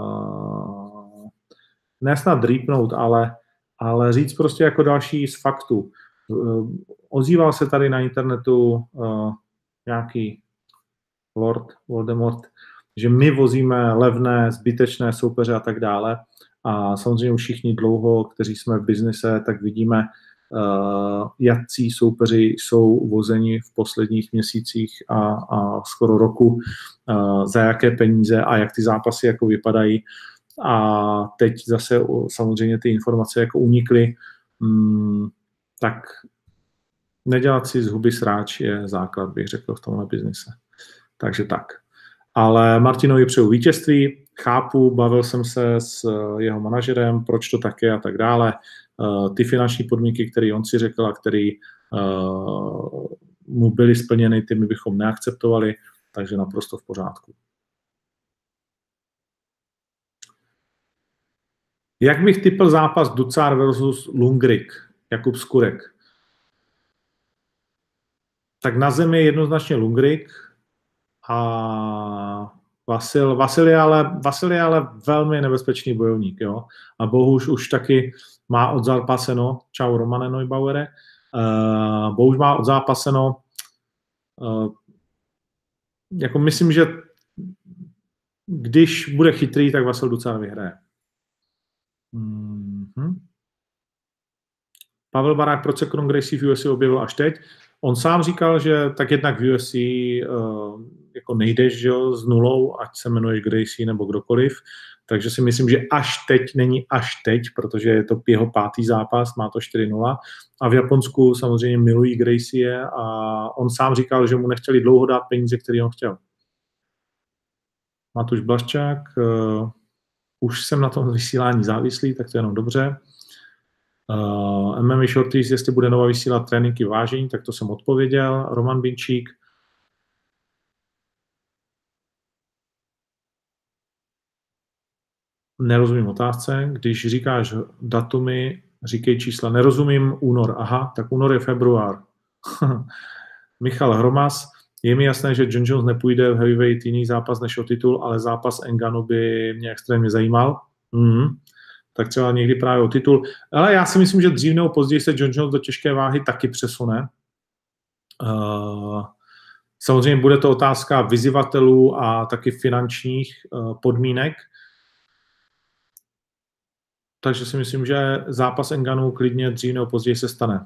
nesnad rýpnout, ale říct prostě jako další z faktů. Ozýval se tady na internetu nějaký Lord Voldemort, že my vozíme levné, zbytečné soupeře a tak dále. A samozřejmě všichni dlouho, kteří jsme v biznise, tak vidíme, jací soupeři jsou vozeni v posledních měsících a skoro roku, za jaké peníze a jak ty zápasy jako vypadají. A teď zase samozřejmě ty informace jako unikly, tak nedělat si z huby sráč je základ, bych řekl, v tomhle biznise. Takže tak. Ale Martinovi přeju vítězství, chápu, bavil jsem se s jeho manažerem, proč to tak je a tak dále. Ty finanční podmínky, které on si řekl a které mu byly splněny, ty my bychom neakceptovali, takže naprosto v pořádku. Jak bych typl zápas Ducar versus Lungrik, Jakub Skurek? Tak na zemi je jednoznačně Lungrik a Vasil je ale velmi nebezpečný bojovník. Jo? A Bohuž už taky má odzápaseno, čau Romane Neubauere, Bohuž má odzápaseno, jako myslím, že když bude chytrý, tak Vasil Ducar vyhraje. Pavel Barák, proč se Kron Gracie v UFC objevil až teď? On sám říkal, že tak jednak v UFC jako nejdeš, že jo, s nulou, ať se jmenuješ Gracie nebo kdokoliv, takže si myslím, že až teď není až teď, protože je to jeho 5. zápas, má to 4-0 a v Japonsku samozřejmě milují Gracie a on sám říkal, že mu nechtěli dlouho dát peníze, které on chtěl. Matuš Blaščák, už jsem na tom vysílání závislý, tak to je jenom dobře. MMA Shorties, jestli bude Nova vysílat tréninky vážení, tak to jsem odpověděl. Roman Binčík. Nerozumím otázce. Když říkáš datumy, říkej čísla. Nerozumím únor. Aha, tak únor je február. Michal Hromas. Je mi jasné, že Jon Jones nepůjde v heavyweight jiný zápas než o titul, ale zápas Nganu by mě extrémně zajímal. Tak třeba někdy právě o titul. Ale já si myslím, že dřív nebo později se Jon Jones do těžké váhy taky přesune. Samozřejmě bude to otázka vyzývatelů a taky finančních podmínek. Takže si myslím, že zápas Nganu klidně dřív nebo později se stane.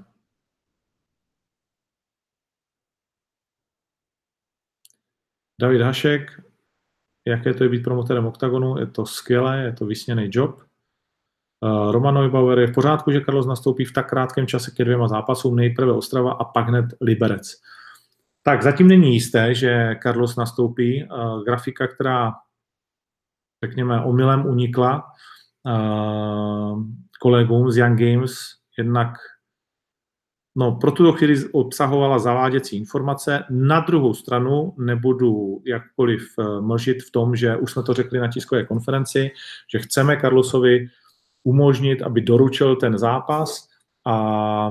David Hašek, jaké to je být promotérem Oktagonu? Je to skvělé, je to vysněný job. Roman Neubauer, je v pořádku, že Carlos nastoupí v tak krátkém čase ke 2 zápasům, nejprve Ostrava a pak hned Liberec. Tak zatím není jisté, že Carlos nastoupí. Grafika, která, řekněme, omylem unikla kolegům z Young Games, jednak pro tuto chvíli obsahovala zaváděcí informace. Na druhou stranu nebudu jakkoliv mlžit v tom, že už jsme to řekli na tiskové konferenci, že chceme Carlosovi umožnit, aby doručil ten zápas a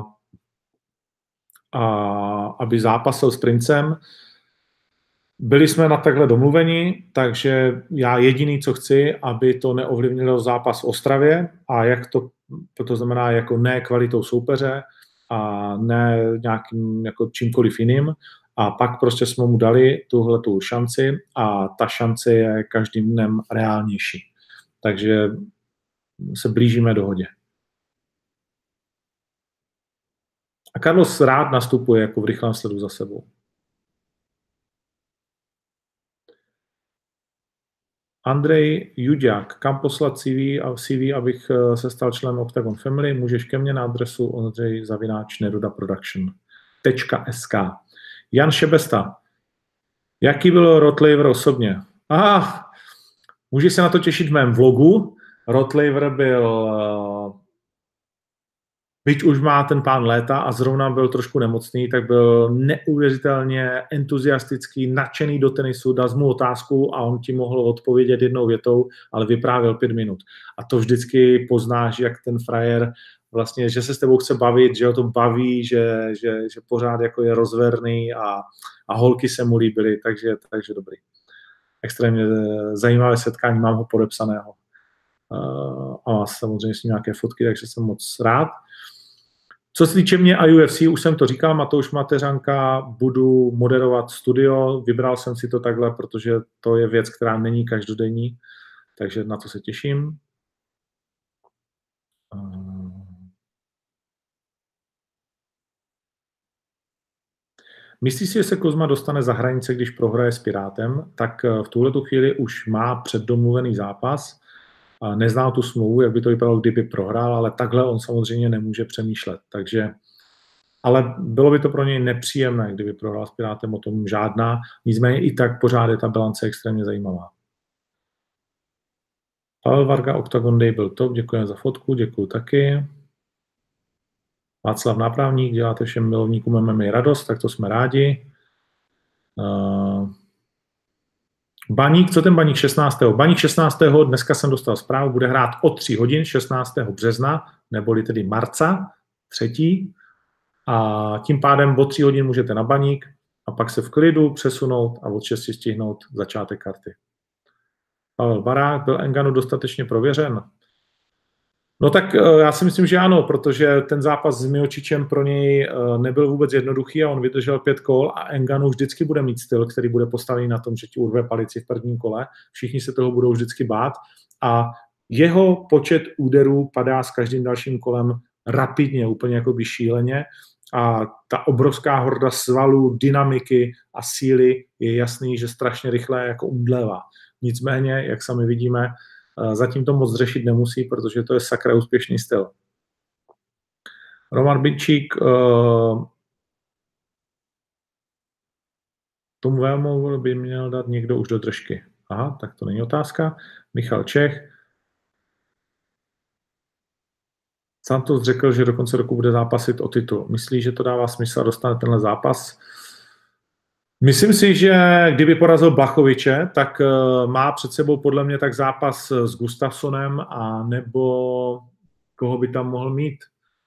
aby zápasil s Princem. Byli jsme na takhle domluveni, takže já jediný, co chci, aby to neovlivnilo zápas v Ostravě a jak to znamená jako ne kvalitou soupeře a ne nějakým jako čímkoliv jiným. A pak prostě jsme mu dali tuhletu šanci a ta šance je každým dnem reálnější. Takže se blížíme dohodě. A Carlos rád nastupuje jako v rychlém sledu za sebou. Andrej Juďák, kam poslat CV, abych se stal členem Octagon Family? Můžeš ke mně na adresu ondřej@neruda.production.sk. Jan Šebesta, jaký byl Rottleiver osobně? Můžeš se na to těšit v mém vlogu. Rottleiver byl byť už má ten pán léta a zrovna byl trošku nemocný, tak byl neuvěřitelně entuziastický, nadšený do tenisu, dal mu otázku a on ti mohl odpovědět jednou větou, ale vyprávěl 5 minut. A to vždycky poznáš, jak ten frajer vlastně, že se s tebou chce bavit, že ho to baví, že pořád jako je rozverný a holky se mu líbily, takže dobrý. Extrémně zajímavé setkání, mám ho podepsaného. A samozřejmě s ním nějaké fotky, takže jsem moc rád. Co se týče mě a UFC, už jsem to říkal, Matouš Mateřanka, budu moderovat studio, vybral jsem si to takhle, protože to je věc, která není každodenní, takže na to se těším. Myslíš si, že se Kozma dostane za hranice, když prohraje s Pirátem, tak v tuhletu chvíli už má předdomluvený zápas. Neznám tu smlouvu, jak by to vypadalo, kdyby prohrál, ale takhle on samozřejmě nemůže přemýšlet. Takže, ale bylo by to pro něj nepříjemné, kdyby prohrál s Pirátem, o tom žádná. Nicméně i tak pořád je ta bilance extrémně zajímavá. Pavel Varga, Octagon Day byl top, děkujeme za fotku, děkuju taky. Václav Nápravník, děláte všem milovníkům MMA radost, tak to jsme rádi. Baník, co ten Baník 16. Baník 16. dneska jsem dostal zprávu, bude hrát o 3 hodin 16. března, neboli tedy marca 3. A tím pádem o 3 hodin můžete na Baník a pak se v klidu přesunout a od 6 stihnout začátek karty. Pavel Barák, byl Ngannou dostatečně prověřen? No tak já si myslím, že ano, protože ten zápas s Miocičem pro něj nebyl vůbec jednoduchý a on vydržel 5 kol a Ngannou vždycky bude mít styl, který bude postavený na tom, že ti urve palici v prvním kole. Všichni se toho budou vždycky bát a jeho počet úderů padá s každým dalším kolem rapidně, úplně jako by šíleně a ta obrovská horda svalů, dynamiky a síly je jasný, že strašně rychle jako umdlevá. Nicméně, jak sami vidíme, zatím to moc řešit nemusí, protože to je sakra úspěšný styl. Roman Byčík, tomu Velmovu by měl dát někdo už do držky. Aha, tak to není otázka. Michal Čech. Santos řekl, že do konce roku bude zápasit o titul. Myslí, že to dává smysl a dostane tenhle zápas? Myslím si, že kdyby porazil Blachowicze, tak má před sebou podle mě tak zápas s Gustafsonem a nebo koho by tam mohl mít.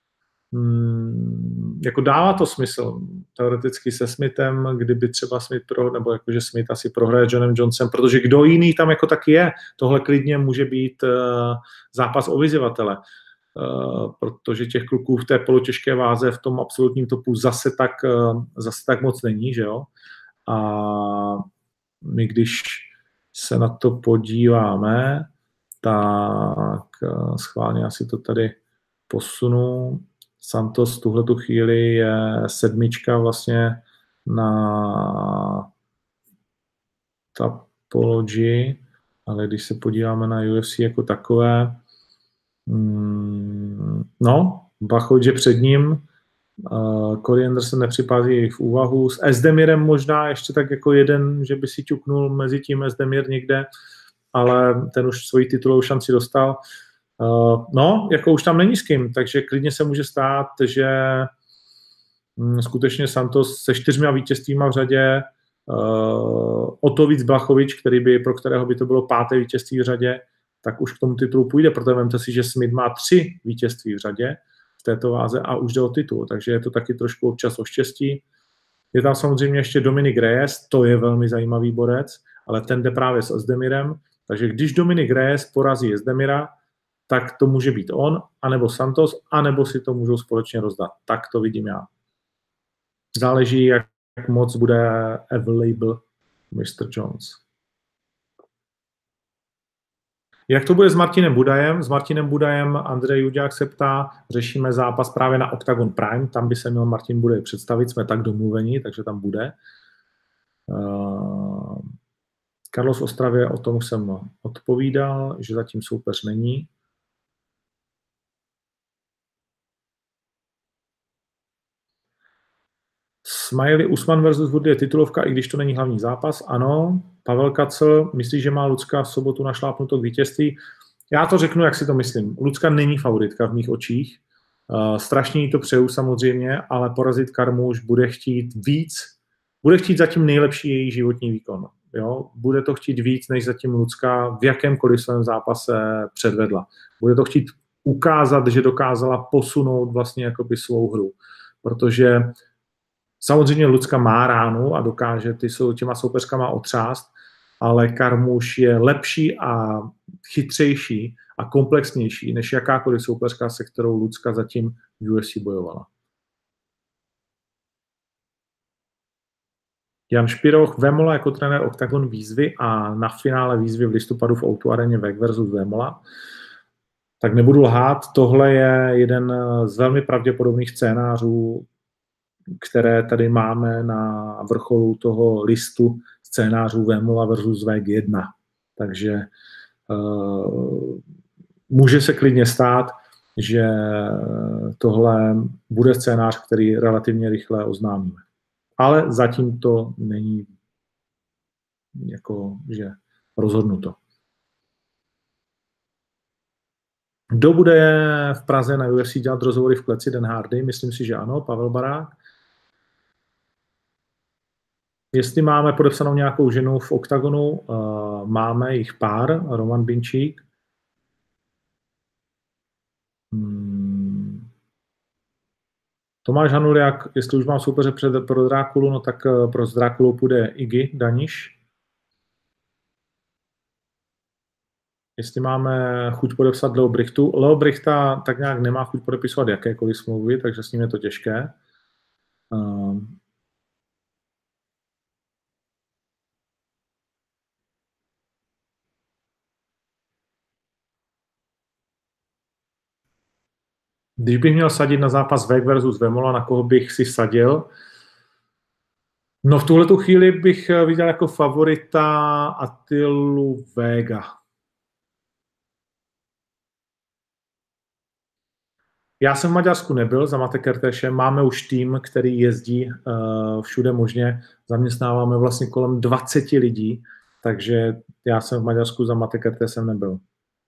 Jako dává to smysl. Teoreticky se Smithem, kdyby třeba Smith nebo jakože Smith asi prohraje Johnem Jonesem, protože kdo jiný tam jako taky je. Tohle klidně může být zápas o vyzývatele. Protože těch kluků v té polotěžké váze v tom absolutním topu zase tak moc není, že jo? A my, když se na to podíváme, tak schválně asi to tady posunu. Santos v tuhletu chvíli je 7 vlastně na Tapology, ale když se podíváme na UFC jako takové, no, Blachowicz před ním, Corey Anderson nepřipadí v úvahu. S Ezdemirem možná ještě tak jako jeden, že by si ťuknul mezi tím Ezdemir někde, ale ten už svoji titulovou šanci dostal. No, jako už tam není s kým, takže klidně se může stát, že skutečně Santos se 4 vítězstvíma v řadě, o to víc Blachowicz, pro kterého by to bylo 5. vítězství v řadě, tak už k tomu titulu půjde, protože vemte si, že Smith má 3 vítězství v řadě v této váze a už jde o titul, takže je to taky trošku občas o štěstí. Je tam samozřejmě ještě Dominik Reyes, to je velmi zajímavý borec, ale ten jde právě s Ezdemirem, takže když Dominik Reyes porazí Ezdemira, tak to může být on, anebo Santos, anebo si to můžou společně rozdat. Tak to vidím já. Záleží, jak moc bude available Mr. Jones. Jak to bude s Martinem Budajem? S Martinem Budajem Andrej Juďák se ptá, řešíme zápas právě na Octagon Prime, tam by se měl Martin Budaj představit, jsme tak domluveni, takže tam bude. Carlos Ostravě, o tom jsem odpovídal, že zatím soupeř není. Smiley Usman versus Woodley je titulovka, i když to není hlavní zápas. Ano, Pavel Kacel myslí, že má Lucka v sobotu našlápnuto k vítězství. Já to řeknu, jak si to myslím. Lucka není favoritka v mých očích. Strašně jí to přeju samozřejmě, ale porazit Karmu už bude chtít víc, bude chtít zatím nejlepší její životní výkon. Jo? Bude to chtít víc, než zatím Lucka v jakémkoliv svém zápase předvedla. Bude to chtít ukázat, že dokázala posunout vlastně jakoby svou hru. Protože samozřejmě Lucka má ránu a dokáže těma soupeřkama otřást, ale Karmuš je lepší a chytřejší a komplexnější než jakákoliv soupeřka, se kterou Lucka zatím v UFC bojovala. Jan Špiroch, Vemola jako trenér Octagon výzvy a na finále výzvy v listopadu v O2 areně Vek versus Vemola. Tak nebudu lhát, tohle je jeden z velmi pravděpodobných scénářů, které tady máme na vrcholu toho listu scénářů Vemola versus Vek 1. Takže může se klidně stát, že tohle bude scénář, který relativně rychle oznámíme. Ale zatím to není jako, že rozhodnuto. Kdo bude v Praze na UFC dělat rozhovory v kleci? Dan Hardy? Myslím si, že ano. Pavel Barák. Jestli máme podepsanou nějakou ženu v Octagonu, máme jich pár. Roman Binčík. Tomáš Hanuliak, jestli už mám soupeře pro Drákulu, no tak pro Drákulu půjde Iggy Daniš. Jestli máme chuť podepsat Leo Brichtu. Leo Brichta tak nějak nemá chuť podepisovat jakékoliv smlouvy, takže s ním je to těžké. Když bych měl sadit na zápas Vek versus Vemola, na koho bych si sadil? No v tuhletu chvíli bych viděl jako favorita Attilu Vega. Já jsem v Maďarsku nebyl za Mate Kertéšem, máme už tým, který jezdí všude možně, zaměstnáváme vlastně kolem 20 lidí, takže já jsem v Maďarsku za Mate Kertésem nebyl.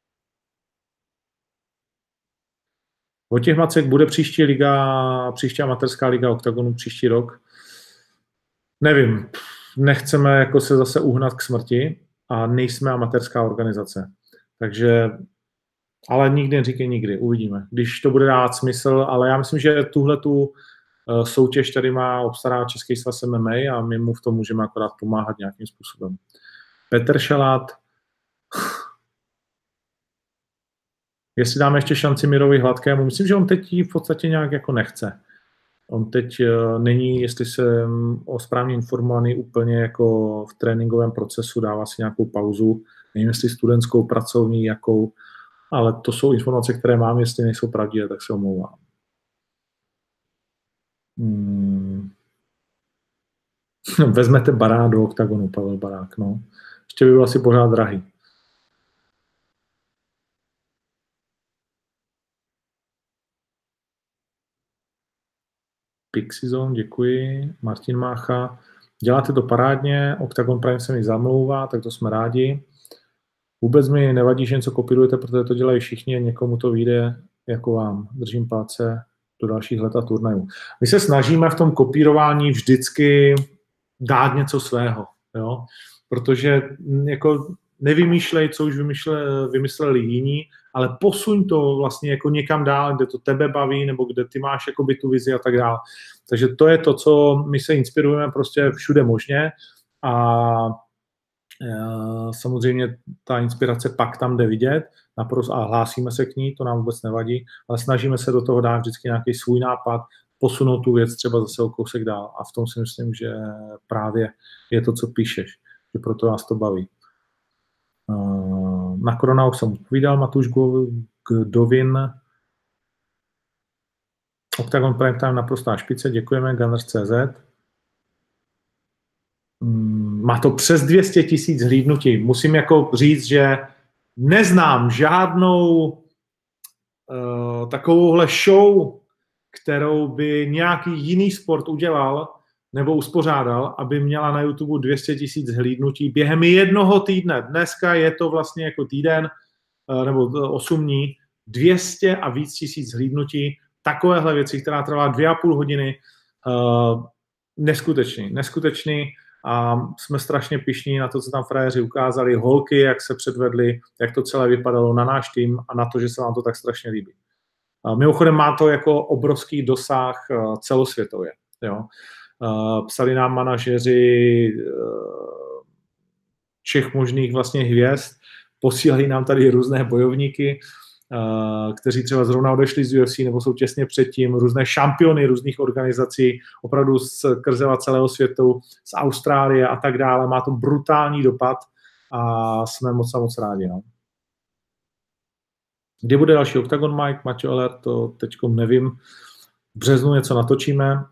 Vojtěch Macek, bude příští amatérská liga Octagonu příští rok? Nevím, nechceme jako se zase uhnat k smrti a nejsme amatérská organizace, takže ale nikdy neříkej nikdy, uvidíme. Když to bude dát smysl, ale já myslím, že tuhletu soutěž tady má obstará Český svaz MMA a my mu v tom můžeme akorát pomáhat nějakým způsobem. Petr Šalát. Jestli dáme ještě šanci Mirovi Hladkému, myslím, že on teď ji v podstatě nějak jako nechce. On teď není, jestli jsem správně informovaný, úplně jako v tréninkovém procesu, dává si nějakou pauzu, nevím, jestli studentskou, pracovní, jakou, ale to jsou informace, které mám, jestli nejsou pravdivé, tak se omlouvám. Vezmete Barák do Octagonu, Pavel Barák, no. Ještě by byl asi pořád drahý. Pixizone, děkuji. Martin Mácha. Děláte to parádně, Octagon Prime se mi zamlouvá, tak to jsme rádi. Vůbec mi nevadí, že něco kopírujete, protože to dělají všichni a někomu to vyjde jako vám. Držím palce do dalších let a turnajů. My se snažíme v tom kopírování vždycky dát něco svého, jo? Protože jako nevymýšlej, co už vymysleli jiní, ale posuň to vlastně jako někam dál, kde to tebe baví, nebo kde ty máš jakoby tu vizi a tak dále. Takže to je to, co my se inspirujeme prostě všude možně a samozřejmě ta inspirace pak tam jde vidět a hlásíme se k ní, to nám vůbec nevadí, ale snažíme se do toho dát vždycky nějaký svůj nápad, posunout tu věc třeba zase o kousek dál a v tom si myslím, že právě je to, co píšeš, že proto nás to baví. Na Korona už jsem odpovídal, Matuš Gdovin. Octagon Prime Time naprostá špice, děkujeme, Gunners.cz. Má to přes 200 000 zhlídnutí. Musím jako říct, že neznám žádnou takovouhle show, kterou by nějaký jiný sport udělal nebo uspořádal, aby měla na YouTube 200 000 zhlídnutí během jednoho týdne. Dneska je to vlastně jako týden nebo 8 dní, 200 a víc tisíc zhlídnutí. takovéhle věci, která trvala 2,5 hodiny, neskutečný a jsme strašně pyšní na to, co tam frajeři ukázali, holky, jak se předvedli, jak to celé vypadalo na náš tým a na to, že se vám to tak strašně líbí. Mimochodem má to jako obrovský dosah celosvětově. Jo. Psali nám manažeři všech možných vlastně hvězd, posílají nám tady různé bojovníky, kteří třeba zrovna odešli z UFC nebo jsou těsně předtím, různé šampiony různých organizací, opravdu z krzela celého světu, z Austrálie a tak dále. Má to brutální dopad a jsme moc rádi. No. Kdy bude další Octagon Mike, Maťo Eller, to teďkom nevím. V březnu něco natočíme.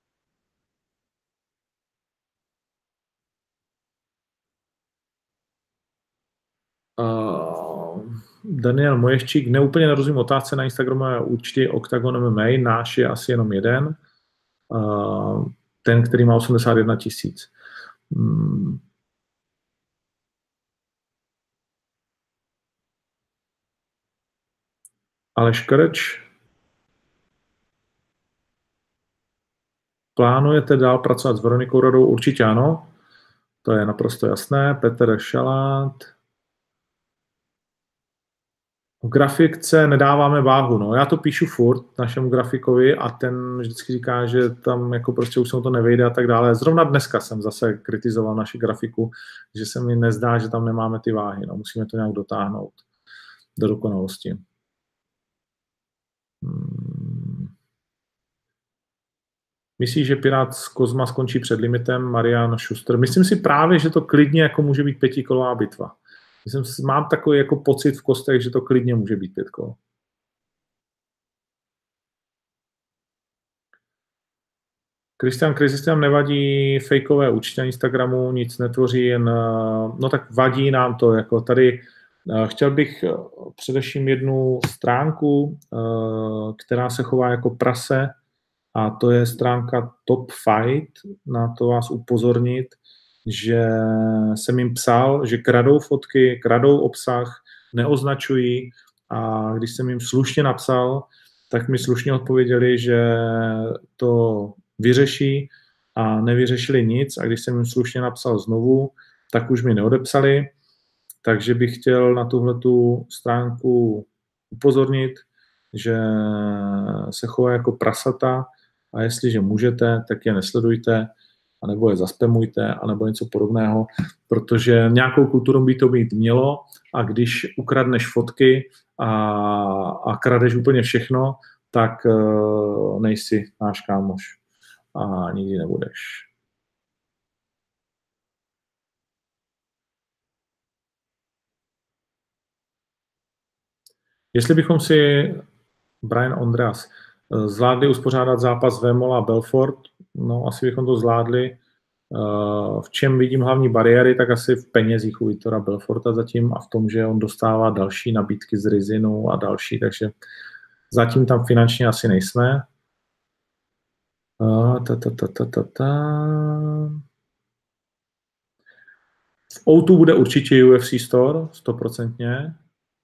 Daniel Moješčík, neúplně nerozumím otázce na Instagramové účty Octagon MMA, náš je asi jenom jeden, ten, který má 81 000. Aleš Krč, plánujete dál pracovat s Veronikou Rodou? Určitě ano, to je naprosto jasné. Petr Šalát, v grafikce nedáváme váhu, no. Já to píšu furt našemu grafikovi a ten vždycky říká, že tam jako prostě už se mu to nevejde a tak dále. Zrovna dneska jsem zase kritizoval naši grafiku, že se mi nezdá, že tam nemáme ty váhy, no. Musíme to nějak dotáhnout do dokonalosti. Myslíš, že Pirát z Kozma skončí před limitem? Marian Schuster. Myslím si právě, že to klidně jako může být 5kolová bitva. Mám takový jako pocit v kostech, že to klidně může být 5 kol. Christian nám nevadí fejkové účty na Instagramu, nic netvoří, jen, no tak vadí nám to, jako tady chtěl bych především jednu stránku, která se chová jako prase, a to je stránka Top Fight, na to vás upozornit, že jsem jim psal, že kradou fotky, kradou obsah, neoznačují a když jsem jim slušně napsal, tak mi slušně odpověděli, že to vyřeší a nevyřešili nic a když jsem jim slušně napsal znovu, tak už mi neodepsali, takže bych chtěl na tuhletu stránku upozornit, že se chová jako prasata a jestliže můžete, tak je nesledujte, anebo je zaspamujte, anebo něco podobného, protože nějakou kulturu by to být mělo a když ukradneš fotky a kradeš úplně všechno, tak nejsi náš kámoš a nikdy nebudeš. Jestli bychom si, Brian Ondras, zvládli uspořádat zápas Vémola a Belfort, no asi bychom to zvládli. V čem vidím hlavní bariéry, tak asi v penězích u Vitora Belforta zatím a v tom, že on dostává další nabídky z Rizinu a další, takže zatím tam finančně asi nejsme. V O2 bude určitě UFC Store, 100%.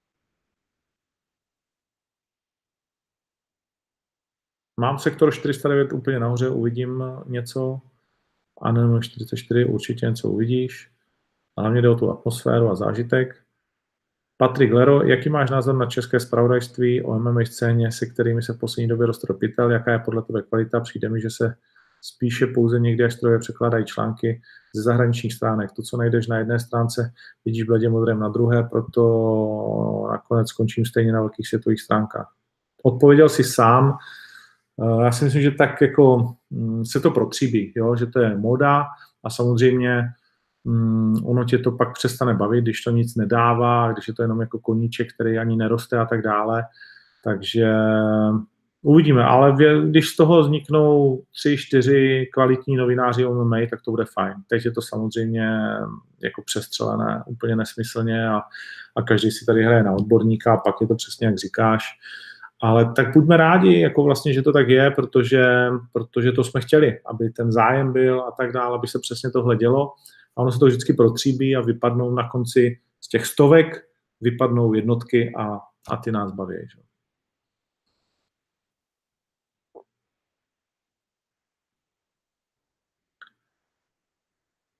Mám sektor 409 úplně nahoře, uvidím něco. A nebo 44 určitě něco uvidíš. A hlavně jde o tu atmosféru a zážitek. Patrik Lero, jaký máš názor na české zpravodajství o MMA scéně, se kterými se v poslední době roztrhl pytel? Jaká je podle tebe kvalita? Přijde mi, že se spíše pouze někdy až stroje překládají články ze zahraničních stránek. To, co najdeš na jedné stránce, vidíš bledě modrém na druhé, proto nakonec skončím stejně na velkých světových stránkách. Odpověděl si sám. Já si myslím, že tak jako se to protříbí, jo? Že to je móda a samozřejmě ono tě to pak přestane bavit, když to nic nedává, když je to jenom jako koníček, který ani neroste a tak dále. Takže uvidíme, ale když z toho vzniknou 3-4 kvalitní novináři o MMA, tak to bude fajn. Teď je to samozřejmě jako přestřelené úplně nesmyslně a každý si tady hraje na odborníka a pak je to přesně jak říkáš. Ale tak buďme rádi, jako vlastně, že to tak je, protože to jsme chtěli, aby ten zájem byl a tak dále, aby se přesně tohle dělo. A ono se to vždycky protříbí a vypadnou na konci z těch stovek, vypadnou jednotky a ty nás baví. Že?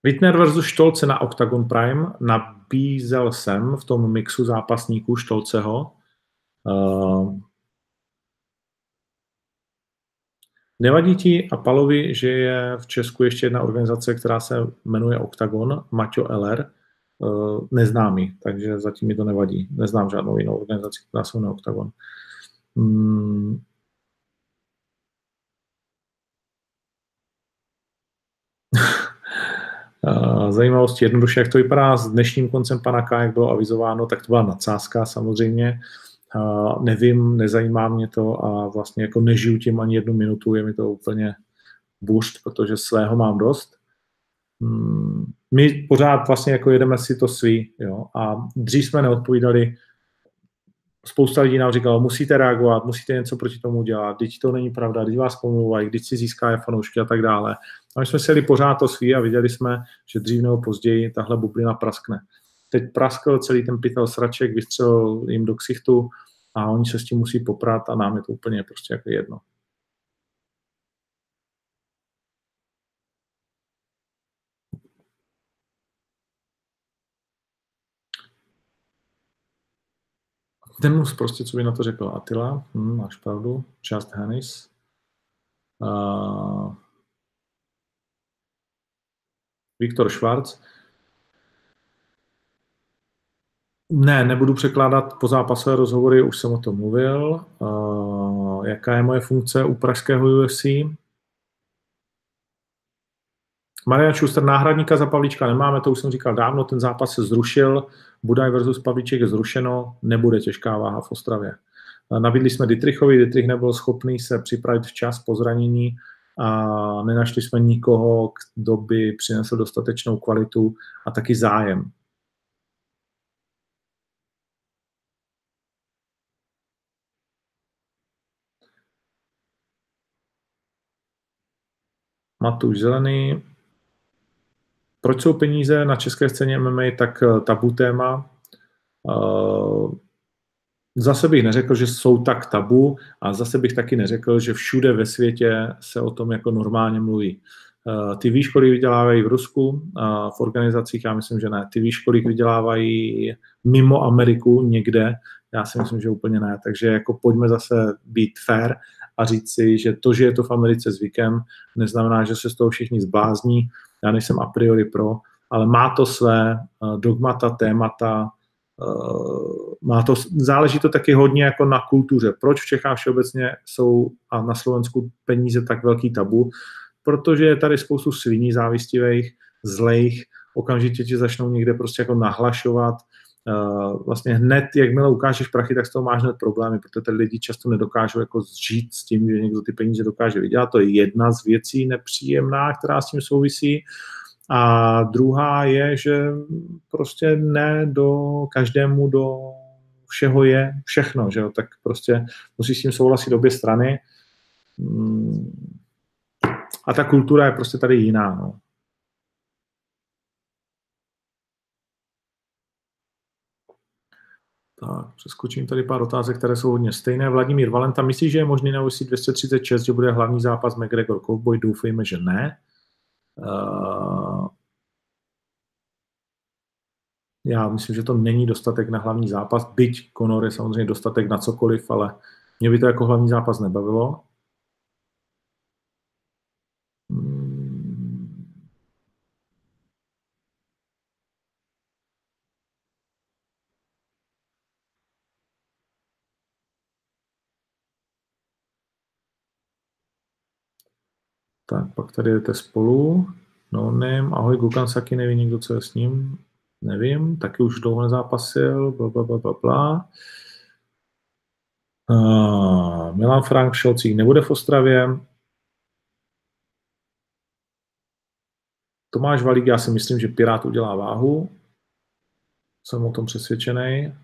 Wittner versus Štolce na Octagon Prime. Nabízel jsem v tom mixu zápasníků Štolceho. Nevadí ti a Palovi, že je v Česku ještě jedna organizace, která se jmenuje Octagon, Maťo Eller, neznámý, takže zatím mi to nevadí. Neznám žádnou jinou organizaci, která se jmenuje Octagon. Zajímavost jednoduše, jak to vypadá s dnešním koncem pana K, jak bylo avizováno, tak to byla nadsázka samozřejmě. Nevím, nezajímá mě to a vlastně jako nežiju tím ani 1 minutu, je mi to úplně bušt, protože svého mám dost. My pořád vlastně jako jedeme si to svý, jo, a dřív jsme neodpovídali, spousta lidí nám říkalo, musíte reagovat, musíte něco proti tomu dělat, teď to není pravda, teď vás pomlouvají, teď si získá fanoušky a tak dále. A my jsme si jeli pořád to svý a viděli jsme, že dřív nebo později tahle bublina praskne. Teď praskl celý ten pytel sraček, vystřelil jim do ksichtu a oni se s tím musí poprat a nám je to úplně prostě jako jedno. Denus prostě, co by na to řekl Attila, máš pravdu, Just Hannis. Viktor Schwarz. Ne, nebudu překládat pozápasové rozhovory, už jsem o tom mluvil. Jaká je moje funkce u pražského UFC? Marian Schuster, náhradníka za Pavlíčka nemáme, to už jsem říkal dávno, ten zápas se zrušil, Budaj versus Pavlíček je zrušeno, nebude těžká váha v Ostravě. Nabídli jsme Dietrichovi, Dietrich nebyl schopný se připravit včas po zranění a nenašli jsme nikoho, kdo by přinesl dostatečnou kvalitu a taky zájem. Matuš Zelený. Proč jsou peníze na české scéně MMA tak tabu téma? Zase bych neřekl, že jsou tak tabu a zase bych taky neřekl, že všude ve světě se o tom jako normálně mluví. Ty víš, kolik vydělávají v Rusku, v organizacích, já myslím, že ne. Ty víš, kolik vydělávají mimo Ameriku někde, já si myslím, že úplně ne. Takže jako pojďme zase být fair a říct si, že to, že je to v Americe zvykem, neznamená, že se z toho všichni zblázní. Já nejsem a priori pro, ale má to své dogmata, témata, záleží to taky hodně jako na kultuře. Proč v Čechách všeobecně jsou a na Slovensku peníze tak velký tabu? Protože je tady spoustu sviní závistivých, zlejch, okamžitě ti začnou někde prostě jako nahlašovat. Vlastně hned, jakmile ukážeš prachy, tak z toho máš hned problémy, protože ty lidi často nedokážou jako žít s tím, že někdo ty peníze dokáže vydělat. To je jedna z věcí nepříjemná, která s tím souvisí. A druhá je, že prostě ne do každému do všeho je všechno, že jo? Tak prostě musí s tím souhlasit obě strany. A ta kultura je prostě tady jiná. No. Tak, přeskočím tady pár otázek, které jsou hodně stejné. Vladimír Valenta, myslíš, že je možný na UFC 236, že bude hlavní zápas McGregor Cowboy? Doufejme, že ne. Já myslím, že to není dostatek na hlavní zápas, byť Conor je samozřejmě dostatek na cokoliv, ale mě by to jako hlavní zápas nebavilo. Tak, pak tady jdete spolu. No name, ahoj, Gukan Saki, neví nikdo, co je s ním. Nevím, taky už dlouho nezápasil, blablabla. Milan Frank Šolcík nebude v Ostravě. Tomáš Valík, já si myslím, že Pirát udělá váhu. Jsem o tom přesvědčený.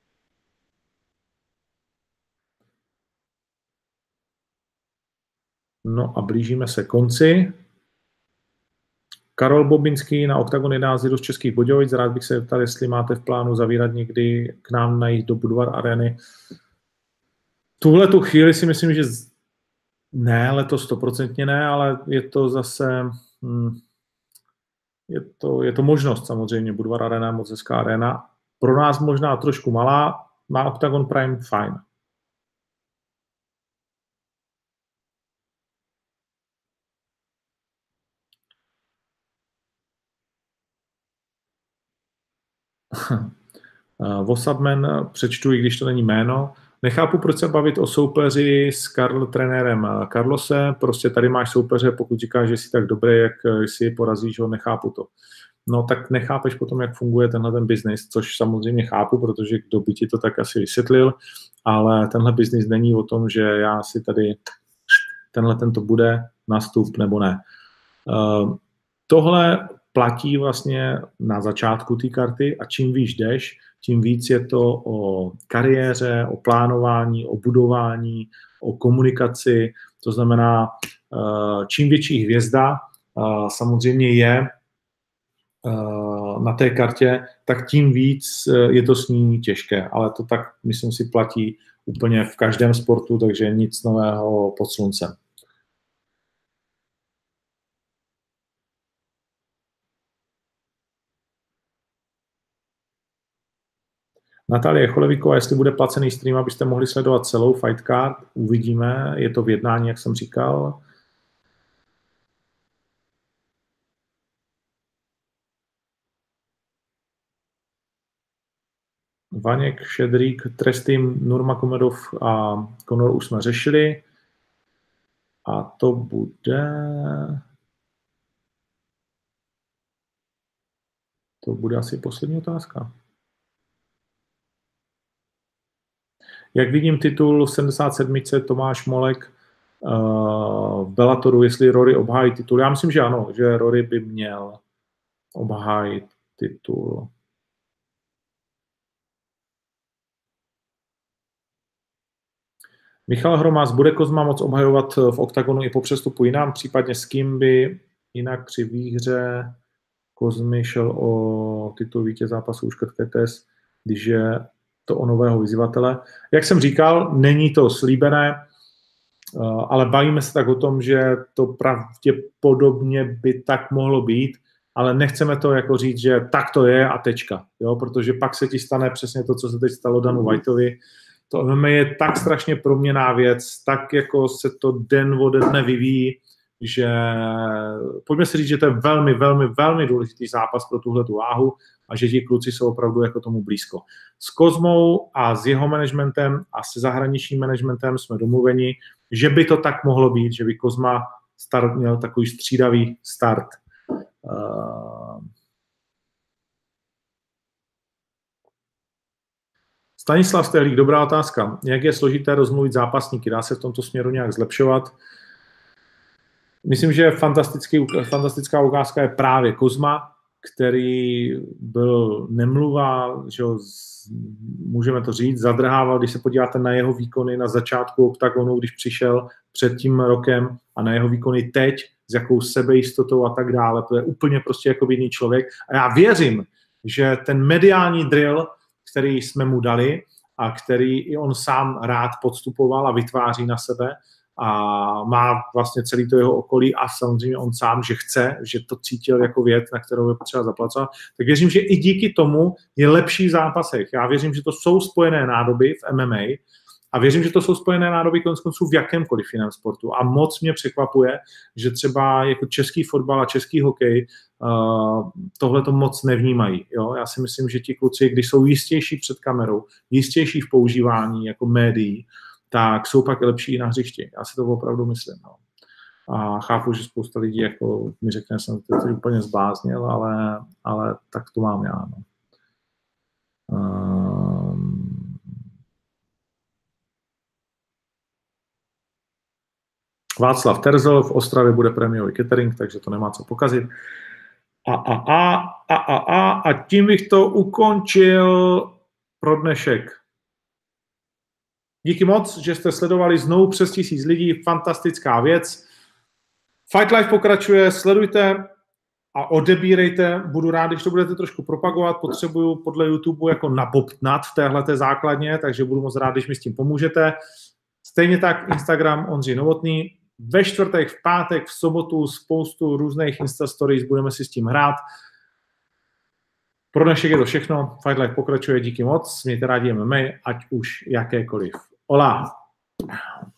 No a blížíme se konci. Karol Bobinský na Octagon 11 z Českých Budějovic. Rád bych se zeptal, jestli máte v plánu zavírat někdy k nám najít do Budvar Areny. Tuhle tu chvíli si myslím, že ne, letos 100% ne, ale je to zase je to možnost samozřejmě. Budvar Arena je moc hezká arena. Pro nás možná trošku malá, na Octagon Prime fajn. Vosabman přečtu, i když to není jméno. Nechápu, proč se bavit o soupeři s trenérem Carlose. Prostě tady máš soupeře, pokud říkáš, že jsi tak dobrý, jak si porazíš ho, nechápu to. No tak nechápeš potom, jak funguje tenhle ten biznis, což samozřejmě chápu, protože kdo by ti to tak asi vysvětlil, ale tenhle biznis není o tom, že já si tady tento bude nastup nebo ne. Tohle platí vlastně na začátku té karty a čím výš jdeš, tím víc je to o kariéře, o plánování, o budování, o komunikaci. To znamená, čím větší hvězda samozřejmě je na té kartě, tak tím víc je to s ní těžké. Ale to tak, myslím si, platí úplně v každém sportu, takže nic nového pod sluncem. Natalie Cholevíková, jestli bude placený stream, abyste mohli sledovat celou fight card, uvidíme, je to v jednání, jak jsem říkal. Vaněk, Šedrík, Trestým, Nurmagomedov a Conor už jsme řešili. A to bude asi poslední otázka. Jak vidím titul v 77. Tomáš Molek v Bellatoru, jestli Rory obhájí titul. Já myslím, že ano, že Rory by měl obhájit titul. Michal Hromás, bude Kozma moc obhajovat v Octagonu i po přestupu jinam, případně s kým by jinak při výhře Kozmy šel o titul vítěz zápasu už Ketes, když je to o nového vyzývatele. Jak jsem říkal, není to slíbené, ale bavíme se tak o tom, že to pravděpodobně by tak mohlo být, ale nechceme to jako říct, že tak to je a tečka, jo? Protože pak se ti stane přesně to, co se teď stalo Danu Whiteovi. To MMA je tak strašně proměnná věc, tak jako se to den ode dne vyvíjí, že pojďme si říct, že to je velmi, velmi, velmi důležitý zápas pro tuhletu váhu a že ti kluci jsou opravdu jako tomu blízko. S Kozmou a s jeho managementem a se zahraničním managementem jsme domluveni, že by to tak mohlo být, že by Kozma měl takový střídavý start. Stanislav Stehlík, dobrá otázka. Jak je složité rozmluvit zápasníky? Dá se v tomto směru nějak zlepšovat? Myslím, že fantastická ukázka je právě Kozma, který byl nemluvá, že můžeme to říct, zadrhával, když se podíváte na jeho výkony na začátku Octagonu, když přišel před tím rokem a na jeho výkony teď, s jakou sebejistotou a tak dále. To je úplně prostě jako jiný člověk. A já věřím, že ten mediální drill, který jsme mu dali a který i on sám rád podstupoval a vytváří na sebe a má vlastně celý to jeho okolí a samozřejmě on sám, že chce, že to cítil jako věc, na kterou je potřeba zaplacovat, tak věřím, že i díky tomu je lepší v zápasech. Já věřím, že to jsou spojené nádoby v MMA a věřím, že to jsou spojené nádoby koneckonců v jakémkoliv jiném sportu. A moc mě překvapuje, že třeba jako český fotbal a český hokej tohle to moc nevnímají. Jo? Já si myslím, že ti kluci, když jsou jistější před kamerou, jistější v používání jako médií, tak jsou pak lepší na hřišti. Já si to opravdu myslím. No. A chápu, že spousta lidí jako mi řekne, že jsem to úplně zbláznil, ale tak to mám já. No. Václav Terzel, v Ostravě bude prémiový catering, takže to nemá co pokazit. A tím bych to ukončil pro dnešek. Díky moc, že jste sledovali znovu přes 1000 lidí, fantastická věc. Fight Life pokračuje, sledujte a odebírejte. Budu rád, když to budete trošku propagovat. Potřebuju podle YouTube jako nabobtnat v téhleté základně, takže budu moc rád, když mi s tím pomůžete. Stejně tak Instagram Ondřej Novotný. ve čtvrtek, v pátek, v sobotu spoustu různých Insta Stories, budeme si s tím hrát. Pro dnešek je to všechno. Fight Life pokračuje, díky moc. Mějte rádi MMA, ať už jakékoliv. Hola.